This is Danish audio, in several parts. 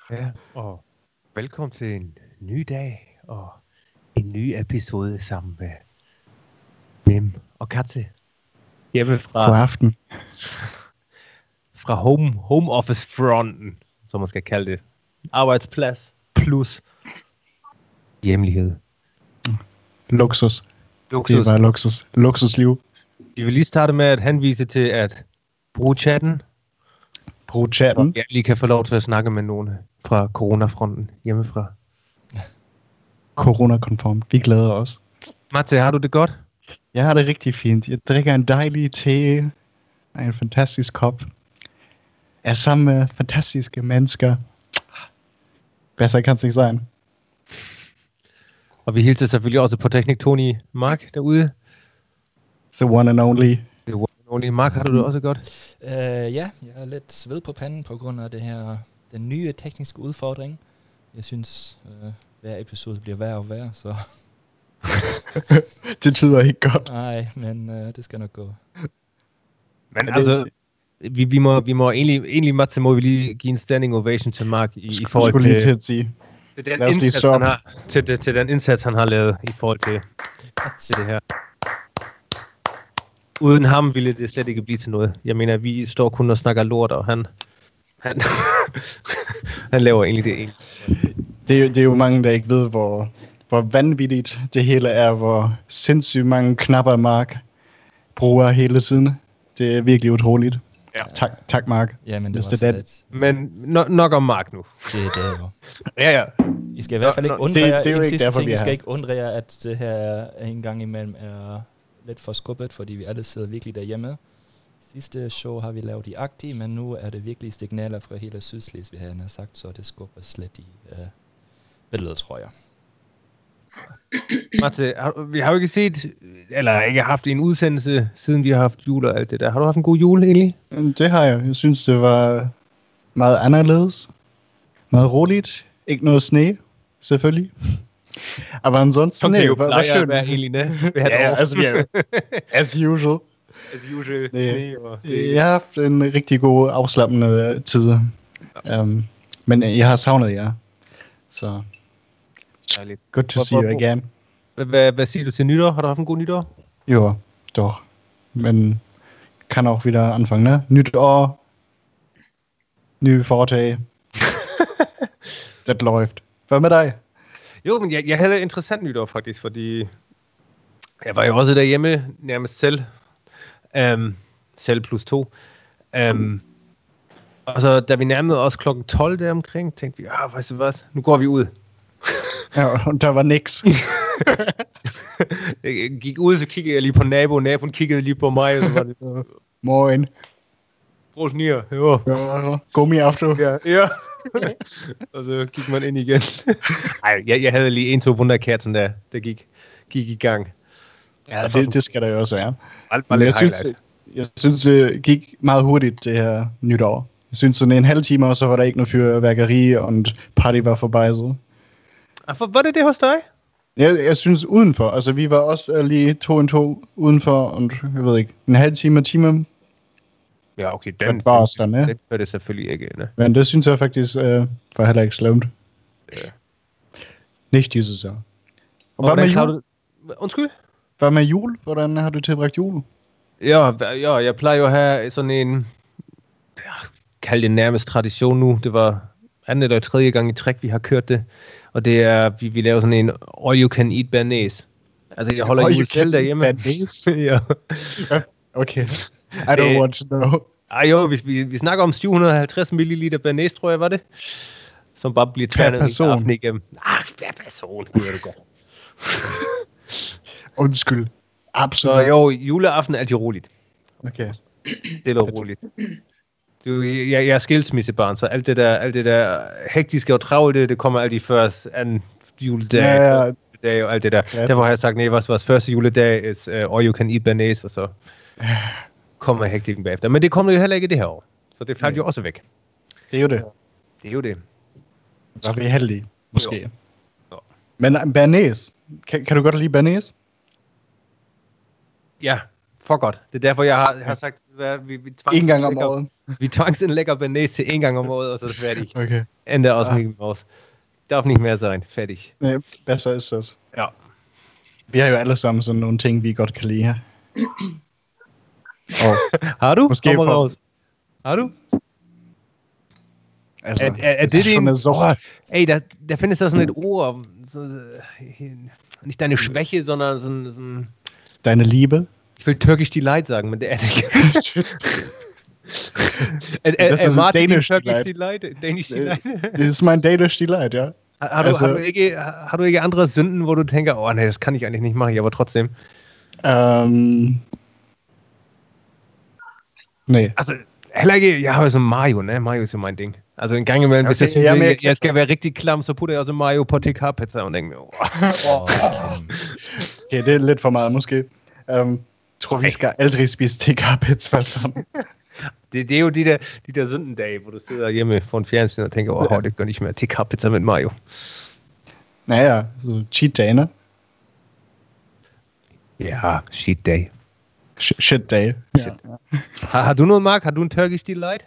Ja, og velkommen til en ny dag og en ny episode sammen med Nim og Katze. Hjemme God fra aften. home office fronten, som man skal kalde det. Arbejdsplads plus hjemlighed. Luksus. Luksus. Det var luksus. Luksusliv. Vi vil lige starte med at henvise til at bruge chatten. Brug chatten. Jeg lige kan få lov til at snakke med nogen fra coronafronten hjemmefra. Corona-konform. Vi glæder os. Matze, har du det godt? Jeg har det rigtig fint. Jeg drikker en dejlig te. En fantastisk kop. Jeg er sammen med fantastiske mennesker. Bedre kan det ikke sein. Og vi hilser selvfølgelig også på Teknik Tony Mark derude. The one and only. Det er one and only. Mark, har du det også godt? Ja, jeg er lidt sved på panden på grund af den nye tekniske udfordring. Jeg synes, hver episode bliver værre og værre, så... Det tyder ikke godt. Nej, men det skal nok gå. Men altså, vi må egentlig Matze, må vi lige give en standing ovation til Mark i forhold skulle lige til til at sige. den indsats, han har, til den indsats, han har lavet i forhold til det her. Uden ham ville det slet ikke blive til noget. Jeg mener, vi står kun og snakker lort, og han laver egentlig det ene. Det er jo mange, der ikke ved, hvor vanvittigt det hele er, hvor sindssygt mange knapper Mark bruger hele tiden. Det er virkelig utroligt. Ja. Tak Mark. Ja, men det Mr. var så Dead. lidt. Men nok om Mark nu. Det er det jo. Ja. I skal i hvert fald ikke undre jer. det er jo en ikke sidste derfor, ting, vi I er skal her. ikke undre jer, at det her en gang imellem er lidt for skubbet, fordi vi alle sidder virkelig derhjemme. Sidste show har vi lavet i Agti, men nu er det virkelig signaler fra hele Sydslesvig, han har sagt, så det skubber slet i billedet, tror jeg. Matze, vi har jo ikke set, eller ikke haft en udsendelse, siden vi har haft jul og alt det der. Har du haft en god jul egentlig? Det har jeg. Jeg synes, det var meget anderledes. Meget roligt. Ikke noget sne, selvfølgelig. Aber ansonsten, Det er jo var plejer at schön. være egentlig det. Ja, altså, as usual. As usual. Det- Sne og det. Jeg har haft en rigtig god afslappende tid. Men jeg har savnet jer. Så Dejligt. good to see you again. Hvad siger du til nytår? Har du haft en god nytår? Jo, doch. Men kan auch wieder anfangen, ne? Nyt år. Nye foretag. Det läuft. Hvad med dig? Jo, men jeg havde et interessant nytår faktisk, fordi jeg var jo også derhjemme nærmest selv. Selv plus 2. Og så da vi nærmede os klokken 12 deromkring, tænkte vi, weißt du was, nu går vi ud. Ja, og der var niks. Jeg gik ud, så kiggede jeg lige på naboen. Naboen kiggede lige på mig, og så var det, Moin. Frohes Nier. Jo. Ja, gummi after. Ja. Og så gik man ind igen. Ej, jeg havde lige 1-2 Wunderkerzen, der gik i gang. Ja, det skal der jo også være. Alt Men var lidt jeg synes, det gik meget hurtigt, det her nytår. Jeg synes, sådan en halv time, og så var der ikke noget fyrværkeri, og en party var forbi, så. Var det hos dig? Jeg synes udenfor, altså vi var også lige 2 udenfor, og jeg ved ikke, en halv time. Ja, okay. Den var ne? Det var det selvfølgelig ikke, ne? Men det synes jeg faktisk var heller ikke slemt. Ja. Nicht dieses Jahr. Og Hvordan hvad med klarer jul? du... Undskyld? Hvad med jul? Hvordan har du tilbragt jul? Ja, jeg plejer jo at have sådan en... Kald det nærmest tradition nu. Det var anden eller tredje gang i træk, vi har kørt det. Og det er, vi laver sådan en all you can eat bearnaise. Altså, jeg holder jul selv derhjemme. Ja. Okay. I don't want to know. Ej jo, vi snakker om 750 ml bearnaise, tror jeg, var det? Som bare bliver tærnet i aften igennem. Per person, det er det godt. Undskyld. Absolut. Så jo, juleaften er altid roligt. Okay. Det er roligt. Jeg er skilsmissebarn, så alt det der hektiske og travlte, det kommer altid først anden juledag, dag og alt det der. Ja. Derfor har jeg sagt, nej, vores første juledag is all you can eat bearnaise, og så kommer hektikken bagefter. Men det kommer jo heller ikke det her år, så det faldt jo også væk. Det er jo det. Det er jo det. Så er vi heldige, måske. Jo. Men bearnaise, kan du godt lide bearnaise? Ja, for godt. Det er derfor, jeg har sagt, at vi En gang om året. Vi tvangsindlægger Banæs til 1 gang om året, og så er det færdigt. Okay. Ende også Mickey Mouse. Darf nicht mehr sein. Færdig. Nej, bedre ist das. Ja. Vi har jo alle sammen sådan nogle ting, vi godt kan lide her. Og Har du? Måske Kommer for- raus. Har du? altså, Er det schon din... eine Sucht. Der findes da sådan et ord, nicht deine Schwäche, sondern so ein Deine Liebe. ich will Turkish Delight sagen, men det er det ikke. Das ist Martin din Danish Turkish Delight. Delight? Danish Delight? Das ist mein Danish Delight, ja. Har du ikke andre Sünden, hvor du tænker, nej, das kann ich eigentlich nicht, mache ich aber trotzdem. Nej. Altså, heller ikke, jeg har jo sådan Mario, ne? Mario er jo mein Ding. Altså en gang imellem, hvis Okay, jeg synes, jamen, jeg skal være rigtig klam, så putter jeg også Mario på TK-pizza og tænker, Okay, det er lidt for meget måske. Tror vi skal aldrig spise TK-pizza sammen. det er jo de der syndendage, hvor du sidder hjemme foran fjernsyn og tænker, det gør nicht mere TK-pizza med Mario. Naja, so Cheat Day, ne? Ja, shit day. Shit Day. Ja. Har du noget, Mark? Har du en Turkish Delight?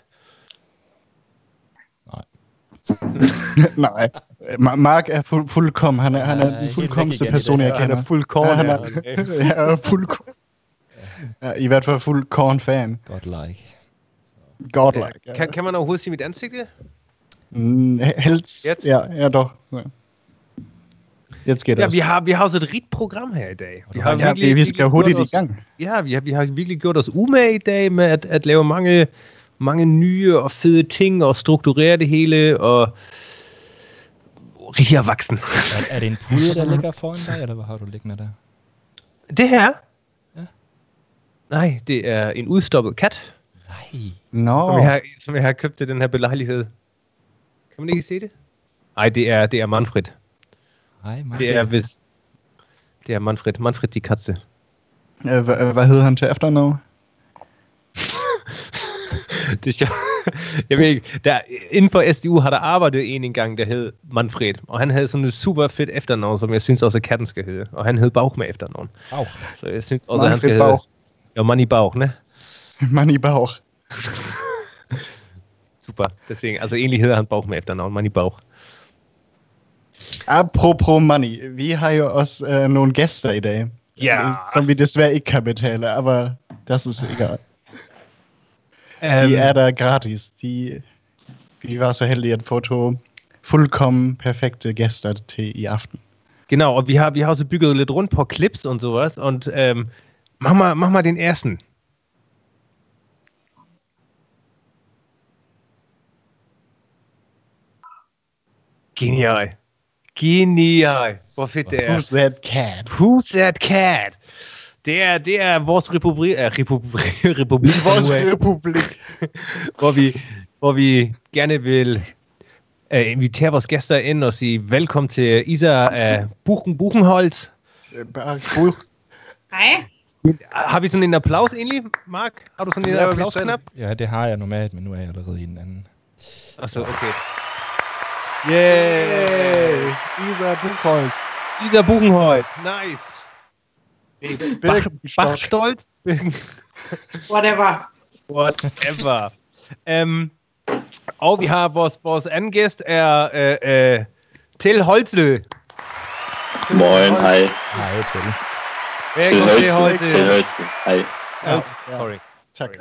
Nej. Mark er fuldkommen. Han er den helt fuldkommenste væk igen i person, det jeg her. kender. Han er fuldkorn. Ja, han ja, er, okay. jeg er fuldkommen. Ja, i hvert fald fuldkorn-fan. Godlike. Godlike. Ja. Kan man overhovedet se mit ansigt? Helst. Jetzt? Ja, doch. Ja. Jetzt geht Ja, das. vi har også et rigt program her i dag. Vi skal hurtigt i gang. Ja, vi har virkelig gjort os umage i dag med at lave mange nye og fede ting og strukturere det hele og rigtig ervoksen. Er det en pude, der ligger foran dig, eller hvad har du liggende der? Det her? Ja. Nej, det er en udstoppet kat, Nej. Nå. som jeg har købt til den her belejlighed. Kan man ikke se det? Nej, det er Manfred. Nej, Mark. Det er Manfred. Manfred die Katze. Hvad hedder han til efternavn? Det er jeg ved ikke. Inden for SDU har der arbejdet en gang, der hed Manfred. Og han havde sådan et super fedt efternavn, som jeg synes også, at katten skal hedde. Og han hed Bauch med efternavn. Au. Så jeg synes også, at han skal Manfred hedde... Bauch. Ja, Manni Bauch, ne? Manni Bauch. Super. Deswegen, altså egentlig hedder han Bauch med efternavn. Manni Bauch. Apropos money. Vi har jo også nogle gæster i dag. Ja. Som vi desværre ikke kan betale, aber das ist egal. De er der gratis. Vi var så heldige at få 2 fuldkommen perfekte gæster til i aften. Genau, und wir haben so bygget lidt rundt på Clips und sowas. Und mach mal den ersten. Genial. Hvor fedt det er. Who's that cat? Who's that cat? Det er vores republik. Vores republik. hvor vi gerne vil invitere vores gæster ind og sige velkommen til Isa af Buchenholz. Hej. Har vi sådan en applaus egentlig, Mark? Har du sådan en applausknap? Ja, det har jeg normalt, men nu er jeg allerede i den anden. Altså, okay. Yay! Isa Buchholz. Isa Buchenholz, nice. Bachstolz. Whatever. Whatever. Og vi har vores anden gæst er Till Holzel. Moin, hej. Hej til. Velkommen til Holzel. Til Holzel. Hej. Ja, Sorry. tak.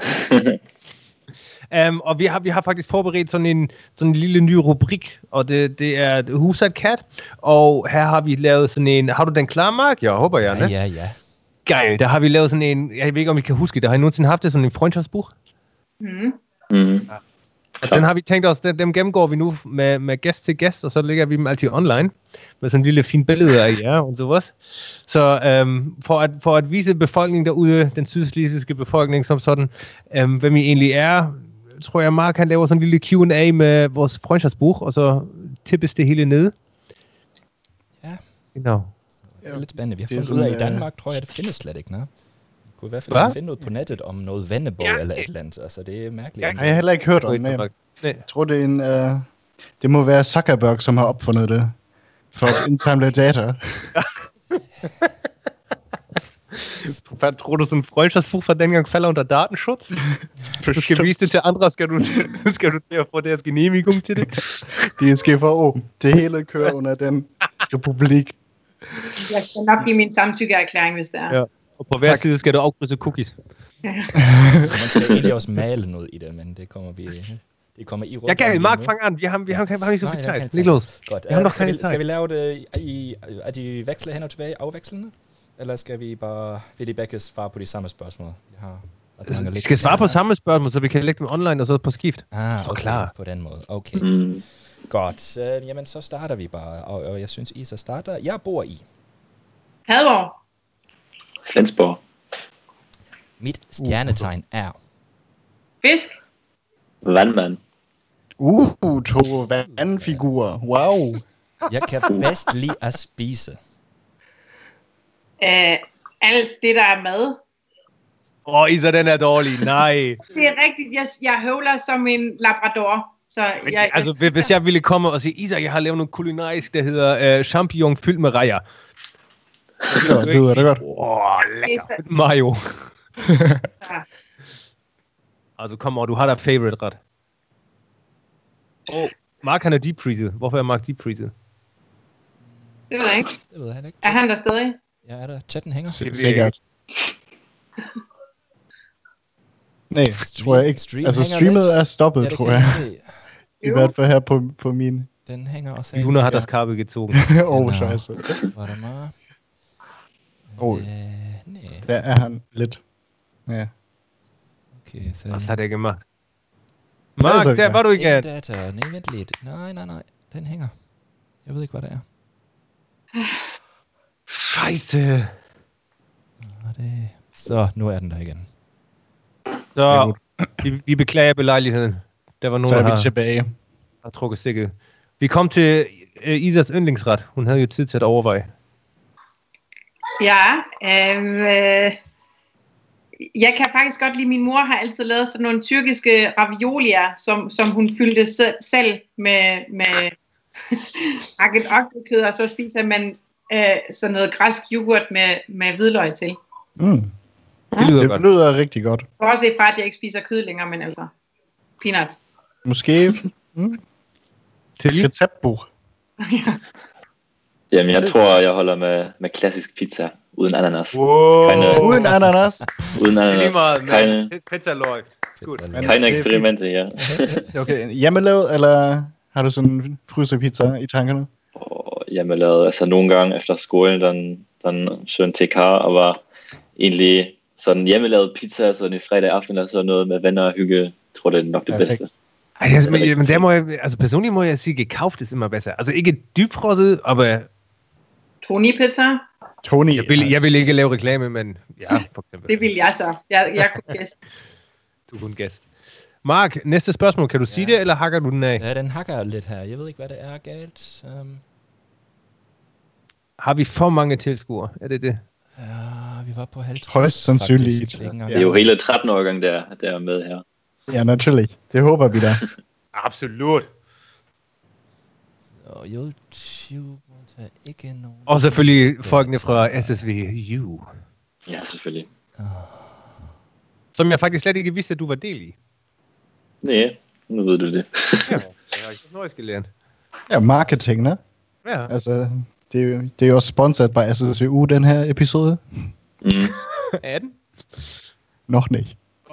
Og vi har faktisk forberedt sådan en lille ny rubrik, og det er Who's That Cat? Og her har vi lavet sådan en... Har du den klar, Mark? Jeg håber jeg, ne? Ja. Geil, der har vi lavet sådan en... Jeg ved ikke, om I kan huske det. Har I nogensinde haft det sådan en freundschaftsbuch? Mm. Og den har vi tænkt os, dem gennemgår vi nu med gæst til gæst, og så lægger vi dem altid online, med sådan en lille fin billede af jer og sowas. Så for at vise befolkningen derude, den sydslesvigske befolkning som sådan, hvem I egentlig er, tror jeg, Mark han laver sådan en lille Q&A med vores freundschaftsbuch, og så tippes det hele ned. Ja. Genau. Det er lidt spændende. Vi har Det er fundet ud af, sådan, i Danmark tror jeg, det findes slet ikke noget. Vi kunne i hvert fald finde noget på nettet om noget vennebog eller et eller andet. Altså, det er mærkeligt. Har jeg heller ikke hørt om det. Jeg tror, det er en... det må være Zuckerberg, som har opfundet det. For at indsamle data. Tror du, so ein Freundschaftsbuch von dengang falder unter Datenschutz? Gewisse andere skal du der få deres Genehmigung til det? DSGVO. Det hele kører under den republik. Jeg skal nok give min samtykkeerklæring, hvis det er. Ja. Og på hver side skal du afkrydse cookies. Man skal egentlig også male noget i det, men det kommer i rundt. Jeg kan Mark fange an. Vi har ikke så viel Zeit. Niklas. Godt. Skal vi lave det er de veksler hen og tilbage afvekslende? Eller skal vi bare vil I begge svare på de samme spørgsmål? Vi skal svare på samme spørgsmål, så vi kan lægge dem online og så på skift. Så okay, klar. På den måde. Okay. Godt. Jamen, så starter vi bare. Og jeg synes, I så starter. Jeg bor i Padborg. Flensborg. Mit stjernetegn er Fisk. Vandmand. To vandfigurer. Wow. Jeg kan bedst lide at spise. Alt det, der er mad. Isa, den er dårlig. Nej. Det er rigtigt. Jeg høvler som en labrador. Så hvis jeg ville komme og sige, Isa, jeg har lavet noget kulinarisk, der hedder champignon fyldt med rejer. Det lyder det godt. Lækker. Mayo. Altså, kom over, du har da favorite ret. Mark, han er deep freezer. Hvorfor er Mark deep freezer? Det ved jeg ikke. Det ved han ikke. Er han der stadig? Ja, er der. Chatten hænger. Sikkert. Nej, tror jeg ikke. Altså, streamet er stoppet, tror jeg. I hvert fald her på min. Den hænger også. Die Hunde hat das Kabel gezogen. Scheiße. Warte mal. Nee. Der er han lidt. Ja. Okay, så... Was hat er gemacht? Mark, der var du igen. Data. Nej, vent lidt. Nej. Den hænger. Jeg ved ikke, hvad det er. Scheiße. Så, nu er den der igen. Så, vi beklager belejligheden. Der var nogen, så er vi tilbage. Har trukket stikket. Vi kom til Isas yndlingsret. Hun havde jo tid til at overveje. Ja, jeg kan faktisk godt lide, min mor har altid lavet sådan nogle tyrkiske raviolier, som hun fyldte selv med hakket oksekød, og så spiser man sådan noget græsk yoghurt med hvidløg til. Det lyder rigtig godt. Bortset fra, at jeg ikke spiser kød længere, men altså peanuts. Måske til receptbog. Jamen, jeg tror, jeg holder med klassisk pizza uden ananas. Uden ananas? Uden ananas. Keine pizzaløg. Keine eksperimente, ja. Okay, hjemmelavet, eller har du sådan en frysepizza i tankerne? Hjemmelavet, altså nogle gange efter skolen, dann schön TK, aber egentlig sådan hjemmelavet pizza, sådan i fredag aften, eller sådan noget med venner og hygge, tror det er nok det bedste. Men der må jeg, altså personligt må jeg sige, gekauft ist immer besser. Altså ikke dybfrosset, aber... Tony pizza? Tony. Jeg vil ikke lave reklame, men ja, for eksempel. Det vil jeg så. Jeg kunne gæste. Du kunne gæste. Mark, næste spørgsmål. Kan du sige det, eller hakker du den af? Ja, den hakker lidt her. Jeg ved ikke, hvad det er galt. Har vi for mange tilskuere? Er det det? Ja, vi var på 50. Højst sandsynligt. Det er jo hele 13-årgang, der er med her. Ja, naturligt. Det håber vi da. Absolut. Så YouTube er ikke nogen... Og selvfølgelig folkene fra SSVU. Ja, selvfølgelig. Som jeg faktisk slet ikke vidste, at du var del i. Nej, nu ved du det. Ja, jeg har ikke noget, jeg skal lære. Ja, marketing, ne? Ja. Altså, det er jo også sponsoret by SSVU, den her episode. Er den? Noch nicht.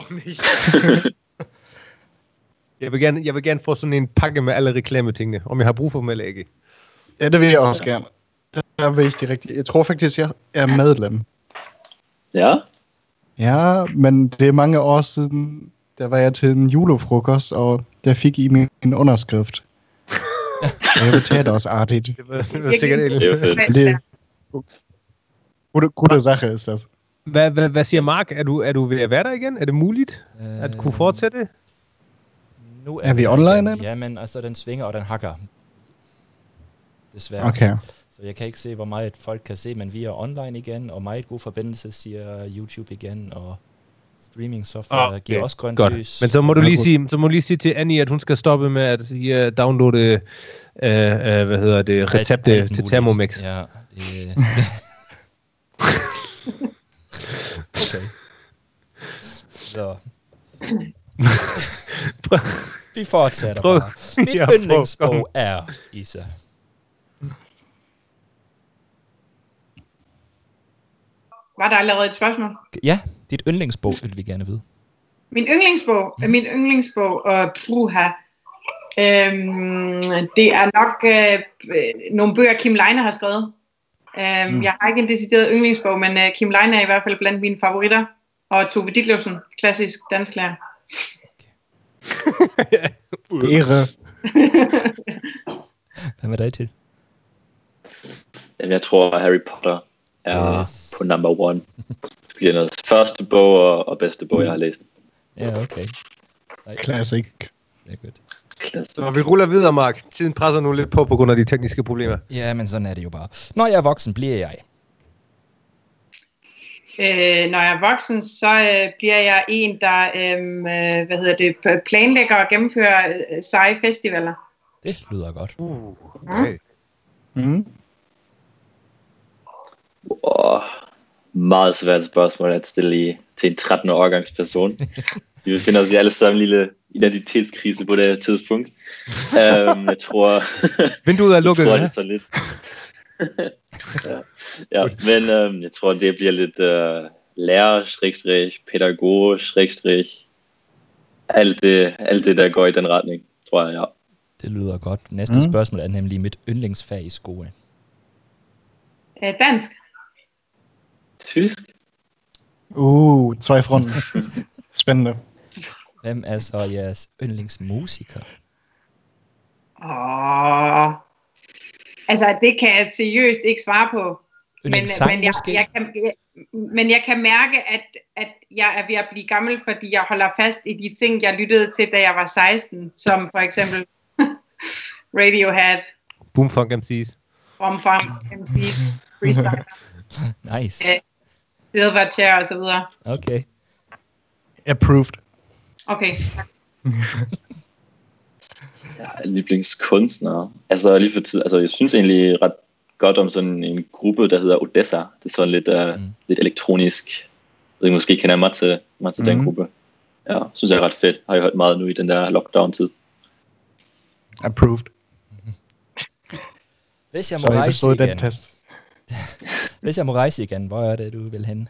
Jeg vil gerne få sådan en pakke med alle reklametingene, om jeg har brug for dem eller ikke. Ja, det vil jeg også gerne. Der vidste de rigtigt. Jeg tror faktisk, jeg er medlem. Ja? Ja, men det er mange år siden, der var jeg til en julefrokost, og der fik I min underskrift. Jeg betalte også artigt. Det var sikkert det er jo fedt. Det er gode sache, ist das. Hvad siger Mark? Er du ved at være der igen? Er det muligt at kunne fortsætte? Nu er vi online, eller? Ja, men altså, den svinger, og den hakker. Desværre. Okay. Så jeg kan ikke se, hvor meget folk kan se, men vi er online igen, og meget god forbindelse, siger YouTube igen, og streaming software giver også grønt lys. Men så må du lige sige til Annie, at hun skal stoppe med at downloade receptet til Thermomix. Ja, Okay. Så. Vi fortsætter bare. Mit yndlingsbog er Isa. Var der allerede et spørgsmål? Ja, dit yndlingsbog vil vi gerne vide. Min yndlingsbog og puha. Det er nok nogle bøger, Kim Leine har skrevet. Jeg har ikke en decideret yndlingsbog, men Kim Leine er i hvert fald blandt mine favoritter. Og Tove Ditlevsen, klassisk dansklærer. Ære. Hvad var det til? Jamen, jeg tror, Harry Potter er på number 1. Det er noget første bog og bedste bog, jeg har læst. Ja, okay. Classic. Det er godt. Så vi ruller videre, Mark. Tiden presser nu lidt på grund af de tekniske problemer. Ja, men sådan er det jo bare. Når jeg er voksen, bliver jeg? Når jeg er voksen, så bliver jeg en, der planlægger og gennemfører seje festivaler. Det lyder godt. Okay. Meget svært spørgsmål at stille til en 13-årgangsperson. Vi befinder os alle sammen i en lille identitetskrise på det her tidspunkt. Jeg tror... Vinduet er lukket, jeg tror, det er så lidt. ja, men jeg tror, det bliver lidt lærer, pædagog, alt det, der går i den retning, tror jeg, ja. Det lyder godt. Næste spørgsmål er nemlig mit yndlingsfag i skole. Dansk. Tysk. 2 fronten. Spændende. Hvem er så jeres yndlingsmusiker? Altså, det kan jeg seriøst ikke svare på. Men jeg kan mærke, at jeg er ved at blive gammel, fordi jeg holder fast i de ting, jeg lyttede til, da jeg var 16. Som for eksempel Radiohead. Boomfunk MC's. Boomfunk MC's. Freestyle. Nice. Silverchair og så videre. Okay. Approved. Okay, tak. Ja, liblingskunstner. Altså lige for tid, jeg synes egentlig ret godt om sådan en gruppe, der hedder Odessa. Det er sådan lidt elektronisk. Jeg måske kender mig til den gruppe. Ja, synes jeg er ret fedt. Har jeg hørt meget nu i den der lockdown-tid. Approved. Hvis jeg må rejse igen. Hvis jeg må rejse igen, hvor er det, du vil hen?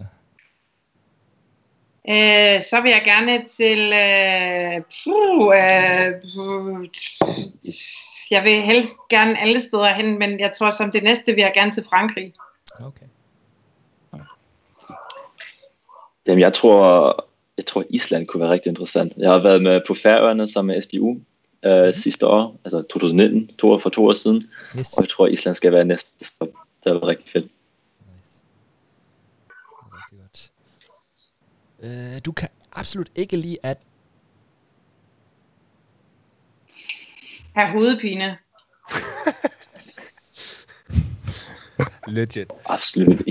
Så vil jeg gerne til... jeg vil helst gerne alle steder hen, men jeg tror som det næste vil jeg gerne til Frankrig. Okay. Jamen jeg tror Island kunne være rigtig interessant. Jeg har været med på Færøerne sammen med SDU sidste år, altså 2019, for 2 år siden. Yes. Og jeg tror Island skal være næste stop. Det har været rigtig fedt. Du kan absolut ikke lide at have hovedpine. Legit. Absolut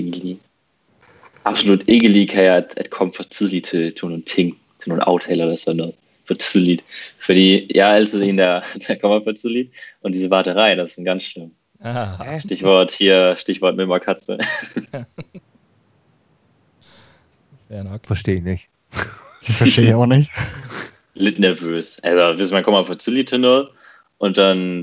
ikke lide kan jeg at komme for tidligt til nogle ting, til nogle aftaler eller sådan noget. For tidligt. Fordi jeg er altid en, der kommer for tidligt, og diese Warterei, das ist ganz schlimm. Stichwort med mig Katze. Ja, nok. Forstår ikke. Forstår ikke. Lidt nervøs. Altså, hvis man kommer for tidligt til noget, og den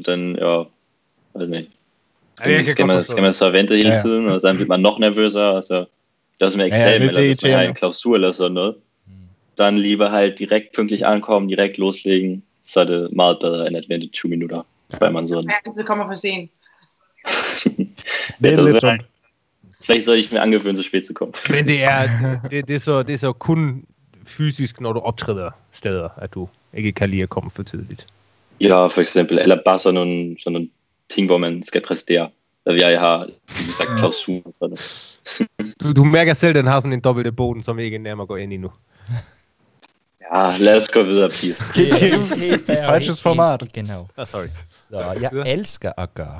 skal man så vente hele tiden, og så bliver man nok nervøsere, og så det er også med eksamen, eller hvis man har en klausur eller sådan noget. Dann lieber halt direkt pünktlich ankommen, direkt loslegen, så er det meget bedre, end at vente 20 minutter, før man sådan. Ja, det kommer for sent. Det er lidt dumt. Vielleicht soll ich mir angewöhnen, så spät zu kommen. Men det er så kun fysisk, når du optræder steder, at du ikke kan lide at komme for tidligt. Ja, for eksempel. Eller bare sådan nogle ting, hvor man skal præstere. Jeg har en slags klausur. Du mærker selv, at den har sådan en dobbelte boden, som ikke nærmere går ind i nu. Ja, lad os gå videre, please. Falsches format. Genau. Sorry. Så jeg elsker at gøre.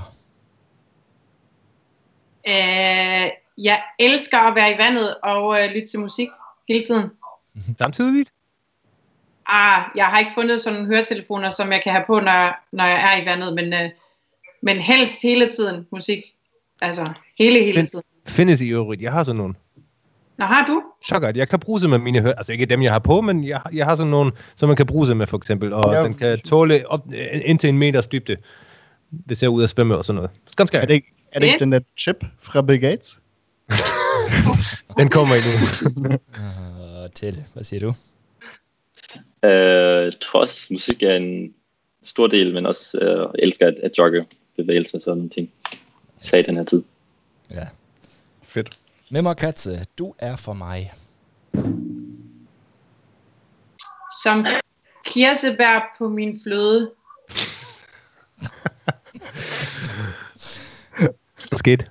Jeg elsker at være i vandet og lytte til musik hele tiden. Samtidig? Jeg har ikke fundet sådan nogle høretelefoner, som jeg kan have på, når jeg er i vandet, men helst hele tiden musik. Altså hele tiden. Findes i øvrigt. Jeg har sådan nogle. Nå, har du? Så godt. Jeg kan bruge med mine høretelefoner. Altså ikke dem, jeg har på, men jeg har sådan nogle, som man kan bruge med, for eksempel. Og den kan tåle op indtil 1 meters dybde, hvis jeg er ude at svømme og sådan noget. Skønskab. Er det ikke den der chip fra Bill Gates? Den kommer endnu. Til, hvad siger du? Trods musik er en stor del, men også elsker at jogge, bevægelser og sådan nogle ting. Sagde den her tid. Ja. Fedt. Memmer Katze, du er for mig. Som kirsebær på min fløde. Skidt.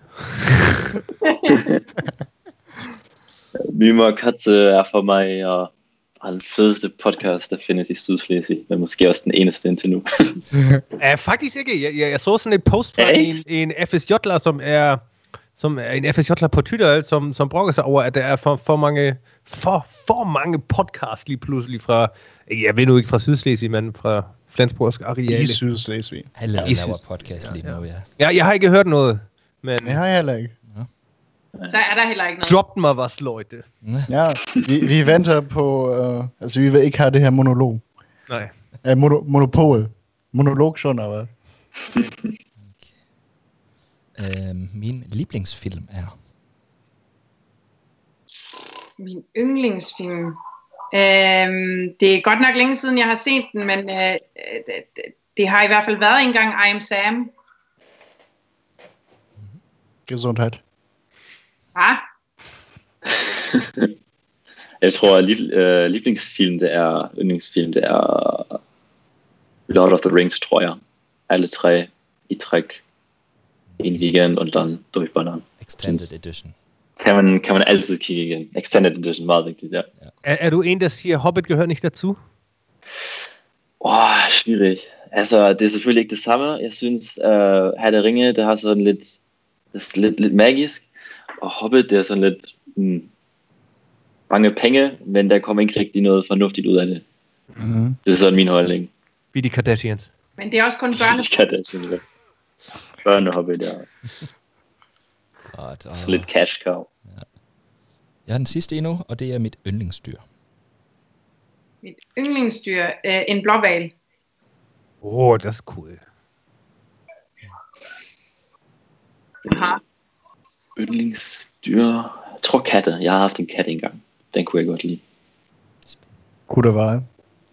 Memmer Katze er for mig og den fedeste podcast, der findes i Sydslesvig, men måske også den eneste indtil nu. Faktisk ikke. Jeg så sådan et post fra en FSJ'ler, som er en FSJ'ler på Twitter, som brokker sig over, at der er for mange podcasts lige pludselig fra, jeg ved nu ikke fra Sydslesvig, men fra Flensborgs areale. I Sydslesvig. Alle laver podcast lige nu, ja. Jeg har ikke hørt noget, men... Det har jeg heller ikke. Så er der heller ikke noget. Drop mig, was Leute. Ja, vi venter på... altså, vi vil ikke have det her monolog. Nej. Monopol. Monologsjoner, hvad? Min lieblingsfilm er... Min yndlingsfilm... det er godt nok længe siden, jeg har set den, men det har i hvert fald været engang I Am Sam. Gesundheit. Ja. Jeg tror, at yndlingsfilm, det er Lord of the Rings, tror jeg. Alle 3 i træk. En weekend, og dann durchballern. Extended Edition. Kan man altid kigge igen. Extended Edition, meget vigtigt, ja. Er du en, der siger, Hobbit gehört nicht dazu? Schwierig. Altså, det er selvfølgelig ikke det samme. Jeg synes, Herr der Ringe, det har sådan lidt magisk. Og Hobbit, det er sådan lidt mange penge, men der kommer ikke rigtig noget fornuftigt ud af det. Mm-hmm. Det er sådan min holdning. Wie die Kardashians. Men det er også kun børne. Børnehobbit, ja. Så lidt cash cow. Ja. Jeg har den sidste endnu, og det er mit yndlingsdyr. Mit yndlingsdyr, en blåhval. Det er cool. Aha. Yndlingsdyr. Jeg tror katte. Jeg har haft en kat engang. Den kunne jeg godt lide. Kunne det være?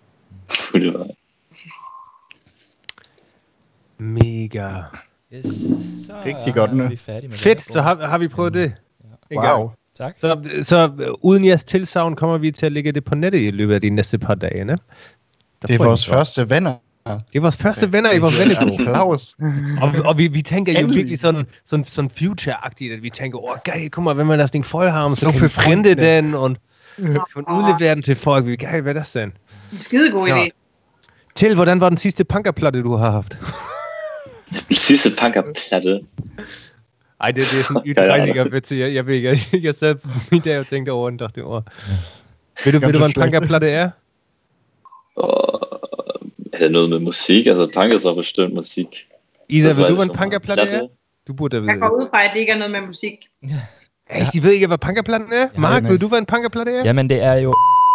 Mega. Yes. Så rigtig godt nu. Er vi færdige med fedt, så har vi prøvet det. Ja. Wow. Tak. Så uden jeres tilsagn kommer vi til at lægge det på nettet i løbet af de næste par dage. Ne? Det er vores første venner. Det er vores første venner i vores vennegruppe. Applaus. Og vi tænker jo virkelig sådan future-agtigt, at vi tænker, guck mal, wenn man das Ding voll haben, så kan vi printe den, og kan udlevere den til folk. Vi kan hvad der sådan. Skidegod idé. Til, hvordan var den sidste punkerplatte, du har haft? Den sidste punkerplatte? Ej, det er sådan en ytterrejsiger vits. Jeg ved ikke, jeg sad på min dag og tænkte over den, dachte Ved du, hvad en punkerplatte er? Er det noget med musik? Altså, punk er så bestemt musik. Isa, ved du, hvad en punkerplatte er? Du burde vide. Jeg går ud fra, at det ikke er noget med musik. Hey, de ved ikke, hvad punkerplatten er? Mark, ved du, hvad en punkerplatte er? Jamen, det er jo...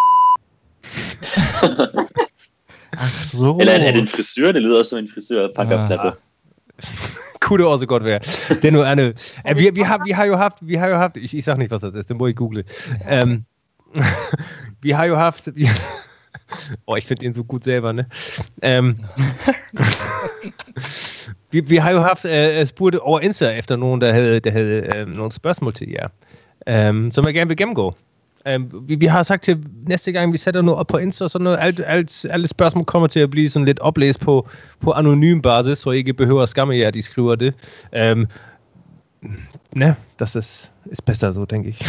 Så. Eller er det en frisør? Det lyder også som en frisør, punkerplatte. Kunne det også godt være. Det er noget andet. Vi har jo haft... I sagde ikke, hvad det må I google. Vi har jo haft... ich finde den so gut selber, ne? Vi har jo haft spurgt over Insta efter nogen, der havde nogle spørgsmål til jer, som jeg gerne vil gennemgå. Vi har sagt til næste gang, vi sætter noget op på Insta, så noget, alle spørgsmål kommer til at blive sådan lidt oplæst på anonym basis, så I ikke behøver at skamme jer, at I skriver det. Das ist besser so, denke ich.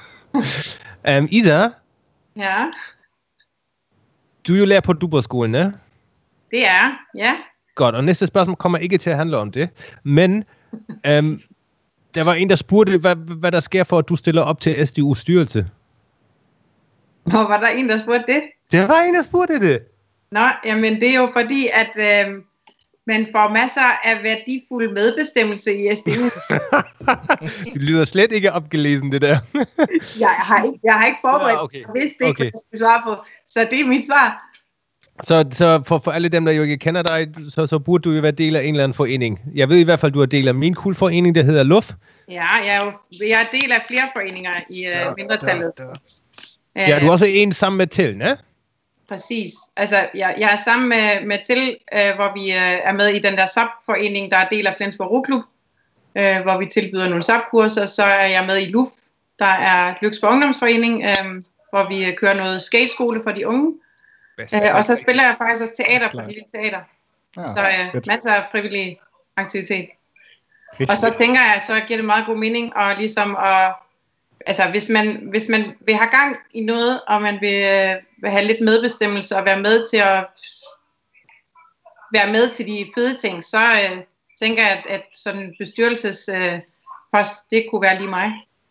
Isa? Ja? Du er jo lærer på Duberskolen, ne? Det er, ja. Godt, og næste spørgsmål kommer ikke til at handle om det. Men der var en, der spurgte, hvad der sker for, at du stiller op til SDU's styrelse. Nå, var der en, der spurgte det? Der var en, der spurgte det. Nå, jamen det er jo fordi, at men får masser af værdifuld medbestemmelse i SDU. Det lyder slet ikke opgelesen, det der. Jeg har ikke forberedt, okay. Jeg vidste ikke, hvad jeg skulle svare på. Så det er mit svar. Så for alle dem, der jo ikke kender dig, så burde du jo være del af en eller anden forening. Jeg ved i hvert fald, du er del af min forening, der hedder LUF. Ja, jeg er del af flere foreninger i mindretallet. Ja, du er også en sammen med Til, ne? Præcis. Altså, jeg er sammen med Til, hvor vi er med i den der SAP-forening, der er del af Flensborg Roklub, hvor vi tilbyder nogle SAP-kurser. Så er jeg med i LUF, der er Lyksborg Ungdomsforening, hvor vi kører noget skateskole for de unge. Og så spiller jeg faktisk også teater på Lille Teater. Ja, så masser af frivillig aktivitet. Og så tænker jeg, så giver det meget god mening og ligesom altså hvis man vil have gang i noget, og man vil have lidt medbestemmelse og være med til de fede ting, så tænker jeg, at sådan en bestyrelsespost, det kunne være lige mig.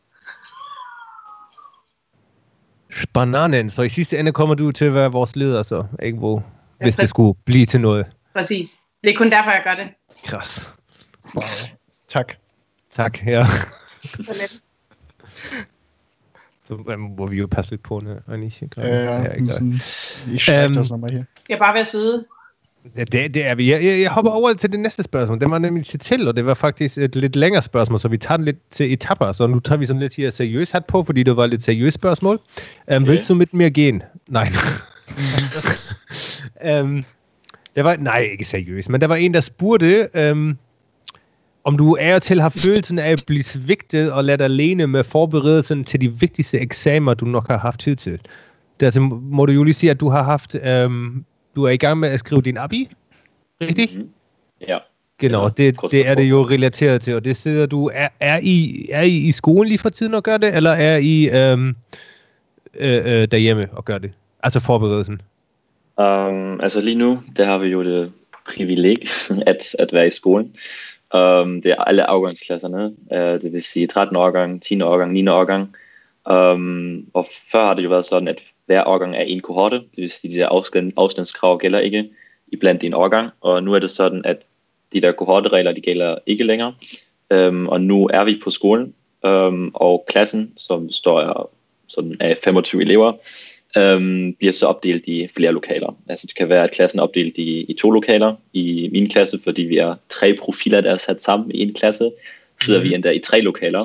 Bananen, så i sidste ende kommer du til at være vores leder, så ikke hvis det skulle blive til noget. Præcis. Det er kun derfor, jeg gør det. Krass. Wow. Tak, ja. Så må vi jo passe lidt på, Anisha. Jeg er bare ved at sidde. Ja, det er vi. Jeg hopper over til det næste spørgsmål. Det var nemlig til, og det var faktisk et lidt længere spørgsmål, så vi tager den lidt til etapper. Så nu tager vi sådan lidt her seriøst hat på, fordi det var et lidt seriøst spørgsmål. Vil du lidt mere gen? Nej. Nej, ikke seriøst, men der var en, der spurgte, om du er til har følelsen af at blive svigtet og ladt alene med forberedelsen til de vigtigste eksamener, du nok har haft tid til. Dertil må du jo lige sige, at du har haft... du er i gang med at skrive din abi, rigtigt? Mm-hmm. Ja. Genau, det er det jo relateret til, og det sidder du... Er I skolen lige for tiden og gør det, eller er I derhjemme og gør det? Altså forberedelsen. Altså lige nu, der har vi jo det privileg at være i skolen. Det er alle afgangsklasserne, det vil sige 13. årgang, 10. årgang, 9. årgang. Og før har det jo været sådan, at hver årgang er en kohorte, det vil sige, at de der afstandskrav gælder ikke iblandt din årgang, og nu er det sådan, at de der kohorteregler, de gælder ikke længere, og nu er vi på skolen, og klassen, som står sådan af 25 elever, bliver så opdelt i flere lokaler. Altså det kan være, at klassen er opdelt i 2 lokaler. I min klasse, fordi vi er 3 profiler, der er sat sammen i en klasse, sidder vi endda i 3 lokaler.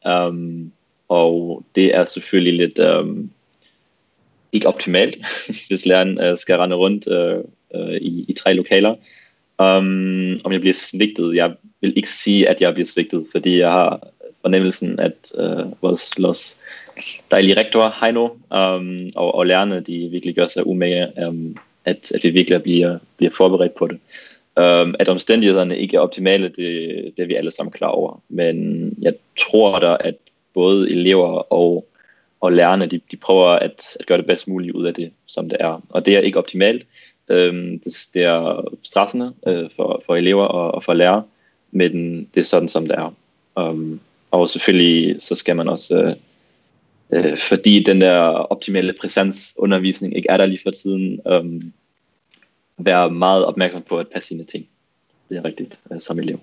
Og det er selvfølgelig lidt ikke optimalt, hvis læreren skal rende rundt i 3 lokaler. Om jeg bliver svigtet, jeg vil ikke sige, at jeg bliver svigtet, fordi jeg har fornemmelsen, at vores dejlige rektor, Heino, og lærerne, de virkelig gør sig umage, at vi virkelig bliver forberedt på det. At omstændighederne ikke er optimale, det er vi alle sammen klar over. Men jeg tror da, at både elever og lærerne, de prøver at gøre det bedst muligt ud af det, som det er. Og det er ikke optimalt. Det er stressende for elever og for lærere, men det er sådan, som det er. Og selvfølgelig så skal man også, fordi den der optimale præsensundervisning ikke er der lige for tiden, være meget opmærksom på at passe sine ting. Det er rigtigt som elev.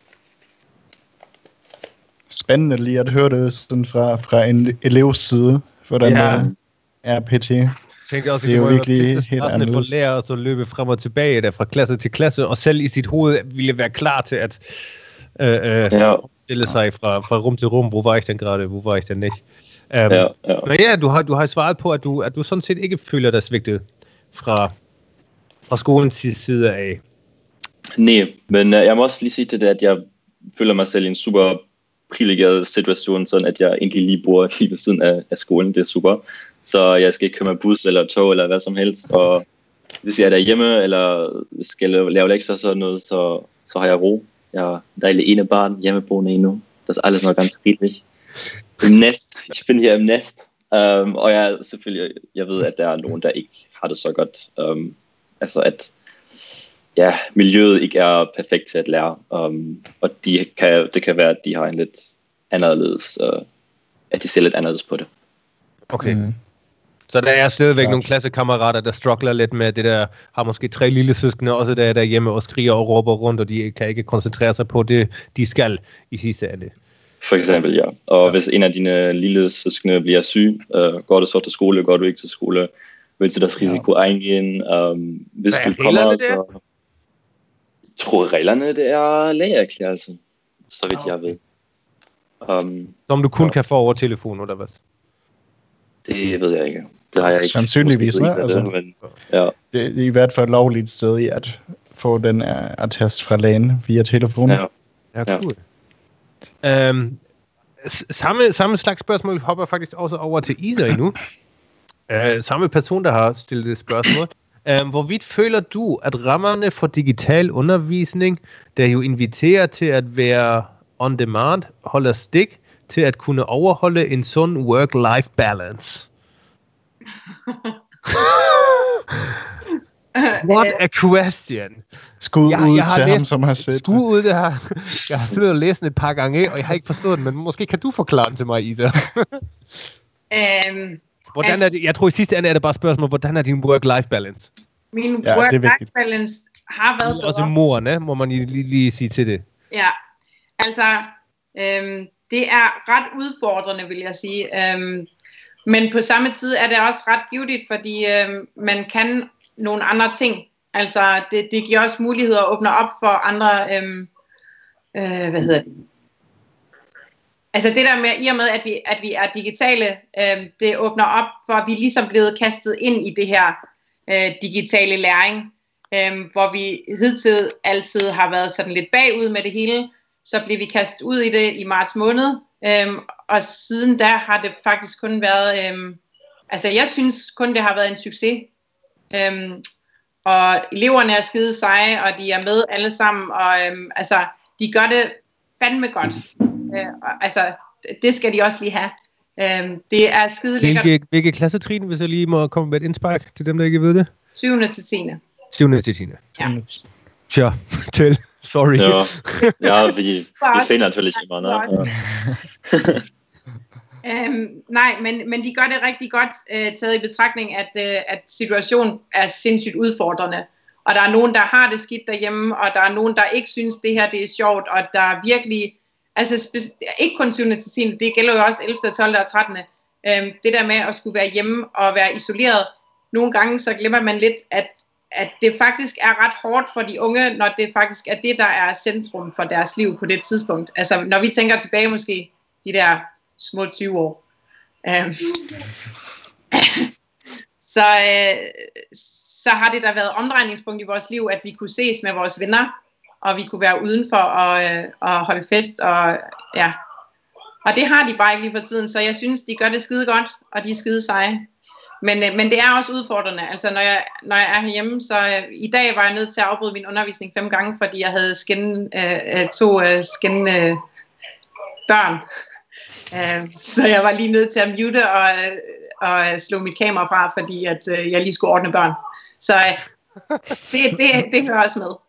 Spændende lige at høre det sådan fra en elevs side, hvordan det er PT. Tænker også, det er jo virkelig helt anderledes. For lærer at løbe frem og tilbage der fra klasse til klasse, og selv i sit hoved ville være klar til at stille sig fra rum til rum. Hvor var jeg den gerade? Hvor var jeg den ikke? Men ja, du har svaret på, at du sådan set ikke føler dig svigtet fra skolens side af. Nej, men jeg må også lige sige til det, at jeg føler mig selv i en super privilegeret situation, sådan at jeg egentlig lige bor lige ved siden af skolen. Det er super. Så jeg skal ikke køre med bus eller tog eller hvad som helst. Og hvis jeg er derhjemme, eller skal lave lektier sådan noget, så har jeg ro. Jeg er dejlig ene barn, hjemmeboende endnu. Das ist alles noch ganz friedlich. Im Nest. Ich bin hier im Nest. Og jeg ved, at der er nogen, der ikke har det så godt. Altså at miljøet ikke er perfekt til at lære. Og det kan være, at de har en lidt anderledes, at de ser lidt anderledes på det. Okay. Så der er stadigvæk nogle klassekammerater, der struggler lidt med det der, har måske 3 lille søskende også derhjemme og skriger og råber rundt, og de kan ikke koncentrere sig på det, de skal i sidste ende. For eksempel, ja. Og hvis en af dine lille søskende bliver syg, går du så til skole, går du ikke til skole, vil du deres risiko eingehen? Hvis du kommer, så... Jeg tror, reglerne, det er lægeerklærelse, så vidt jeg ved. Som du kun kan få over telefon, eller hvad? Det ved jeg ikke. Det har jeg ikke. Sandsynligvis, men, det er i hvert fald lovligt sted i at få den attest fra lægen via telefon. Ja, cool. Samme slags spørgsmål hopper faktisk også over til Isa endnu. Samme person, der har stillet det spørgsmål. Hvorvidt føler du, at rammerne for digital undervisning, der jo inviterer til at være on demand, holder stik til at kunne overholde en sund work-life balance? What a question. Skud ud til ham, som har set Skud ud, det her. Jeg har siddet og læst et par gange, og jeg har ikke forstået den, men måske kan du forklare den til mig, Isa. Hvordan er det? Jeg tror i sidste ende er det bare spørgsmål, hvordan er din work-life balance? Min work-life balance har været bedre. Altså moren, må man lige sige til det. Ja, altså det er ret udfordrende, vil jeg sige. Men på samme tid er det også ret givetigt, fordi man kan nogle andre ting. Altså det giver også muligheder at åbne op for andre, hvad hedder det? Altså det der med, i og med at vi er digitale, det åbner op for, at vi ligesom blevet kastet ind i det her digitale læring, hvor vi hidtil altid har været sådan lidt bagud med det hele, så blev vi kastet ud i det i marts måned, og siden da har det faktisk kun været, altså jeg synes kun det har været en succes, og eleverne er skide seje, og de er med alle sammen, og altså de gør det fandme godt. Altså, det skal de også lige have. Det er skide lækkert. Hvilke klassetrin, hvis jeg lige må komme med et indspark til dem, der ikke ved det? 7. til 10. 7. til 10. Ja. Tja, til. Sorry. Ja, vi finder natürlich immer, ne? Nej, men de gør det rigtig godt, taget i betragtning, at situationen er sindssygt udfordrende. Og der er nogen, der har det skidt derhjemme, og der er nogen, der ikke synes, det her det er sjovt, og der er virkelig... Altså ikke kun 7. til 10. Det gælder jo også 11., 12. og 13. Det der med at skulle være hjemme og være isoleret. Nogle gange så glemmer man lidt, at det faktisk er ret hårdt for de unge, når det faktisk er det, der er centrum for deres liv på det tidspunkt. Altså når vi tænker tilbage måske de der små 20 år. Så har det da været omdrejningspunkt i vores liv, at vi kunne ses med vores venner, og vi kunne være udenfor og holde fest, og ja. Og det har de bare ikke lige for tiden, så jeg synes, de gør det skide godt, og de er skide seje. Men det er også udfordrende, altså når jeg er herhjemme, så i dag var jeg nødt til at afbryde min undervisning 5 gange, fordi jeg havde to skinnende børn. Så jeg var lige nødt til at mute og slå mit kamera fra, fordi at jeg lige skulle ordne børn. Så det hører også med.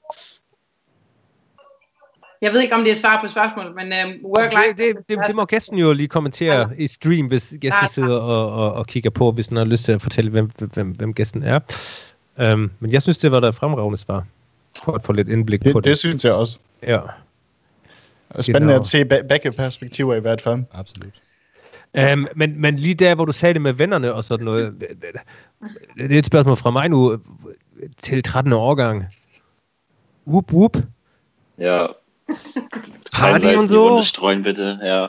Jeg ved ikke, om det er svar på spørgsmålet, men work-life... Det må gæsten jo lige kommentere i stream, hvis gæsten sidder og kigger på, hvis den har lyst til at fortælle, hvem gæsten er. Men jeg synes, det var der fremragende svar. For at få lidt indblik på det. Det synes jeg også. Ja. Spændende at se begge perspektiver i hvert fald. Absolut. Men lige der, hvor du sagde det med vennerne og sådan noget, det er et spørgsmål fra mig nu til 13 årgang. Whoop, whoop. Ja. Party und so? Runde streuen, bitte. Ja.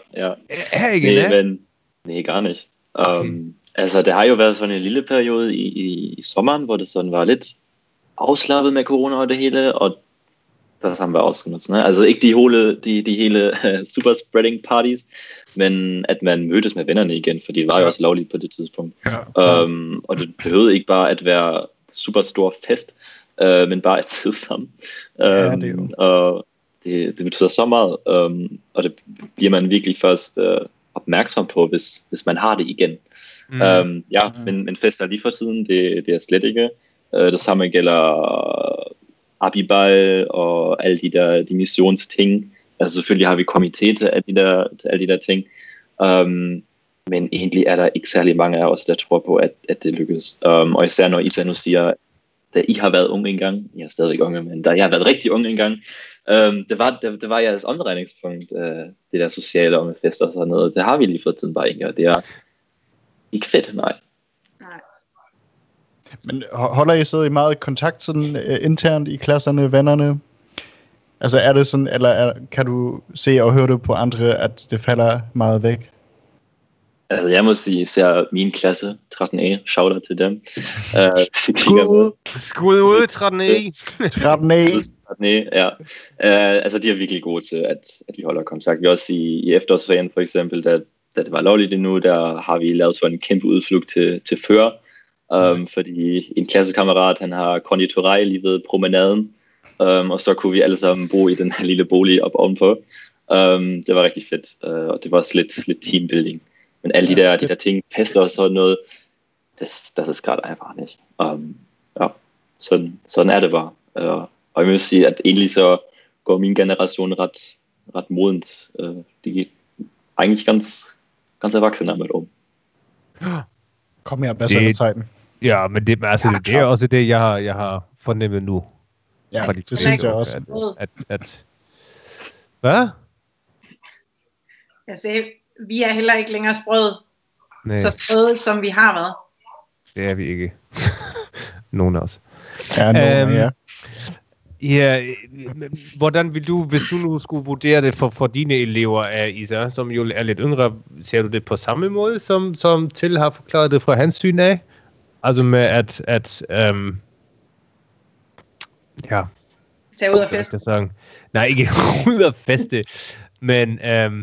Nee, gar nicht. Altså, det har jo været sådan en lille periode i sommeren, hvor det sådan var lidt afslappet med corona og det hele, og das haben wir ausgenutzt. Ne? Altså ikke de hele super spreading parties, men at man mødtes med vennerne igen, for det var jo også lovligt på det tidspunkt. Ja, og det behøvede ikke bare at være super stor fest, men bare at sidde sammen. Og det betyder så meget, og det bliver man virkelig først opmærksom på, hvis man har det igen. Men fester lige for tiden, det er slet ikke. Det samme gælder Abiball og alle de der missionsting. Altså selvfølgelig har vi komité til alle de der ting. Men egentlig er der ikke særlig mange af os, der tror på, at det lykkes. Og især når Isa nu siger, da I har været unge engang, jeg er stadig unge, men da jeg har været rigtig unge engang, det var jeres omdrejningspunkt, det der sociale og med fester og sådan noget. Det har vi lige for tiden bare ikke, og det er ikke fedt, nej. Men holder I så i meget kontakt sådan internt i klasserne, vennerne? Altså er det sådan, eller kan du se og høre det på andre, at det falder meget væk? Altså jeg må sige, især min klasse, 13A, shout out til dem. Skud ud, 13A. 13A, ja. Altså de er virkelig gode til, at vi holder kontakt. Vi også i efterårsferien for eksempel, da det var lovligt endnu, der har vi lavet sådan en kæmpe udflugt til Før. Fordi en klassekammerat, han har konditorij lige ved promenaden, og så kunne vi alle sammen bo i den her lille bolig op ovenpå. Det var rigtig fedt, og det var også lidt teambuilding. Men alle de der ting, fester og sådan noget, das ist gerade einfach nicht. Ja, sådan er det bare. Og jeg vil sige, at egentlig så går min generation ret modent. De gik egentlig ganz erwachsen damit om. Kom her, bedre med tiden. Ja, men det er også det, jeg har fornemmet nu. Ja, det synes jeg også. Hvad? Jeg sagde, vi er heller ikke længere sprøde. Så sprøde, som vi har været. Det er vi ikke. Nogen af os. Ja. Ja, hvordan vil du, hvis du nu skulle vurdere det for dine elever, Isa, som jo er lidt yngre, ser du det på samme måde, som Till har forklaret det fra hans syn af? Altså med at ja. Tage ud og feste. Nej, ikke ud og feste, men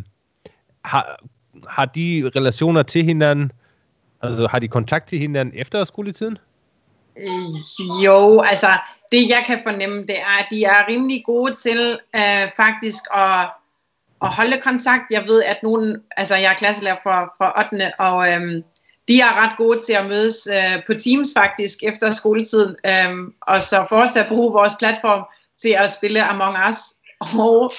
har de relationer til hinanden, altså har de kontakt til hinanden efter skoletiden? Jo, altså det jeg kan fornemme, det er, at de er rimelig gode til faktisk at holde kontakt. Jeg ved, at jeg er klasselærer for 8. og de er ret gode til at mødes på Teams faktisk efter skoletiden, og så fortsat bruge vores platform til at spille Among Us. Og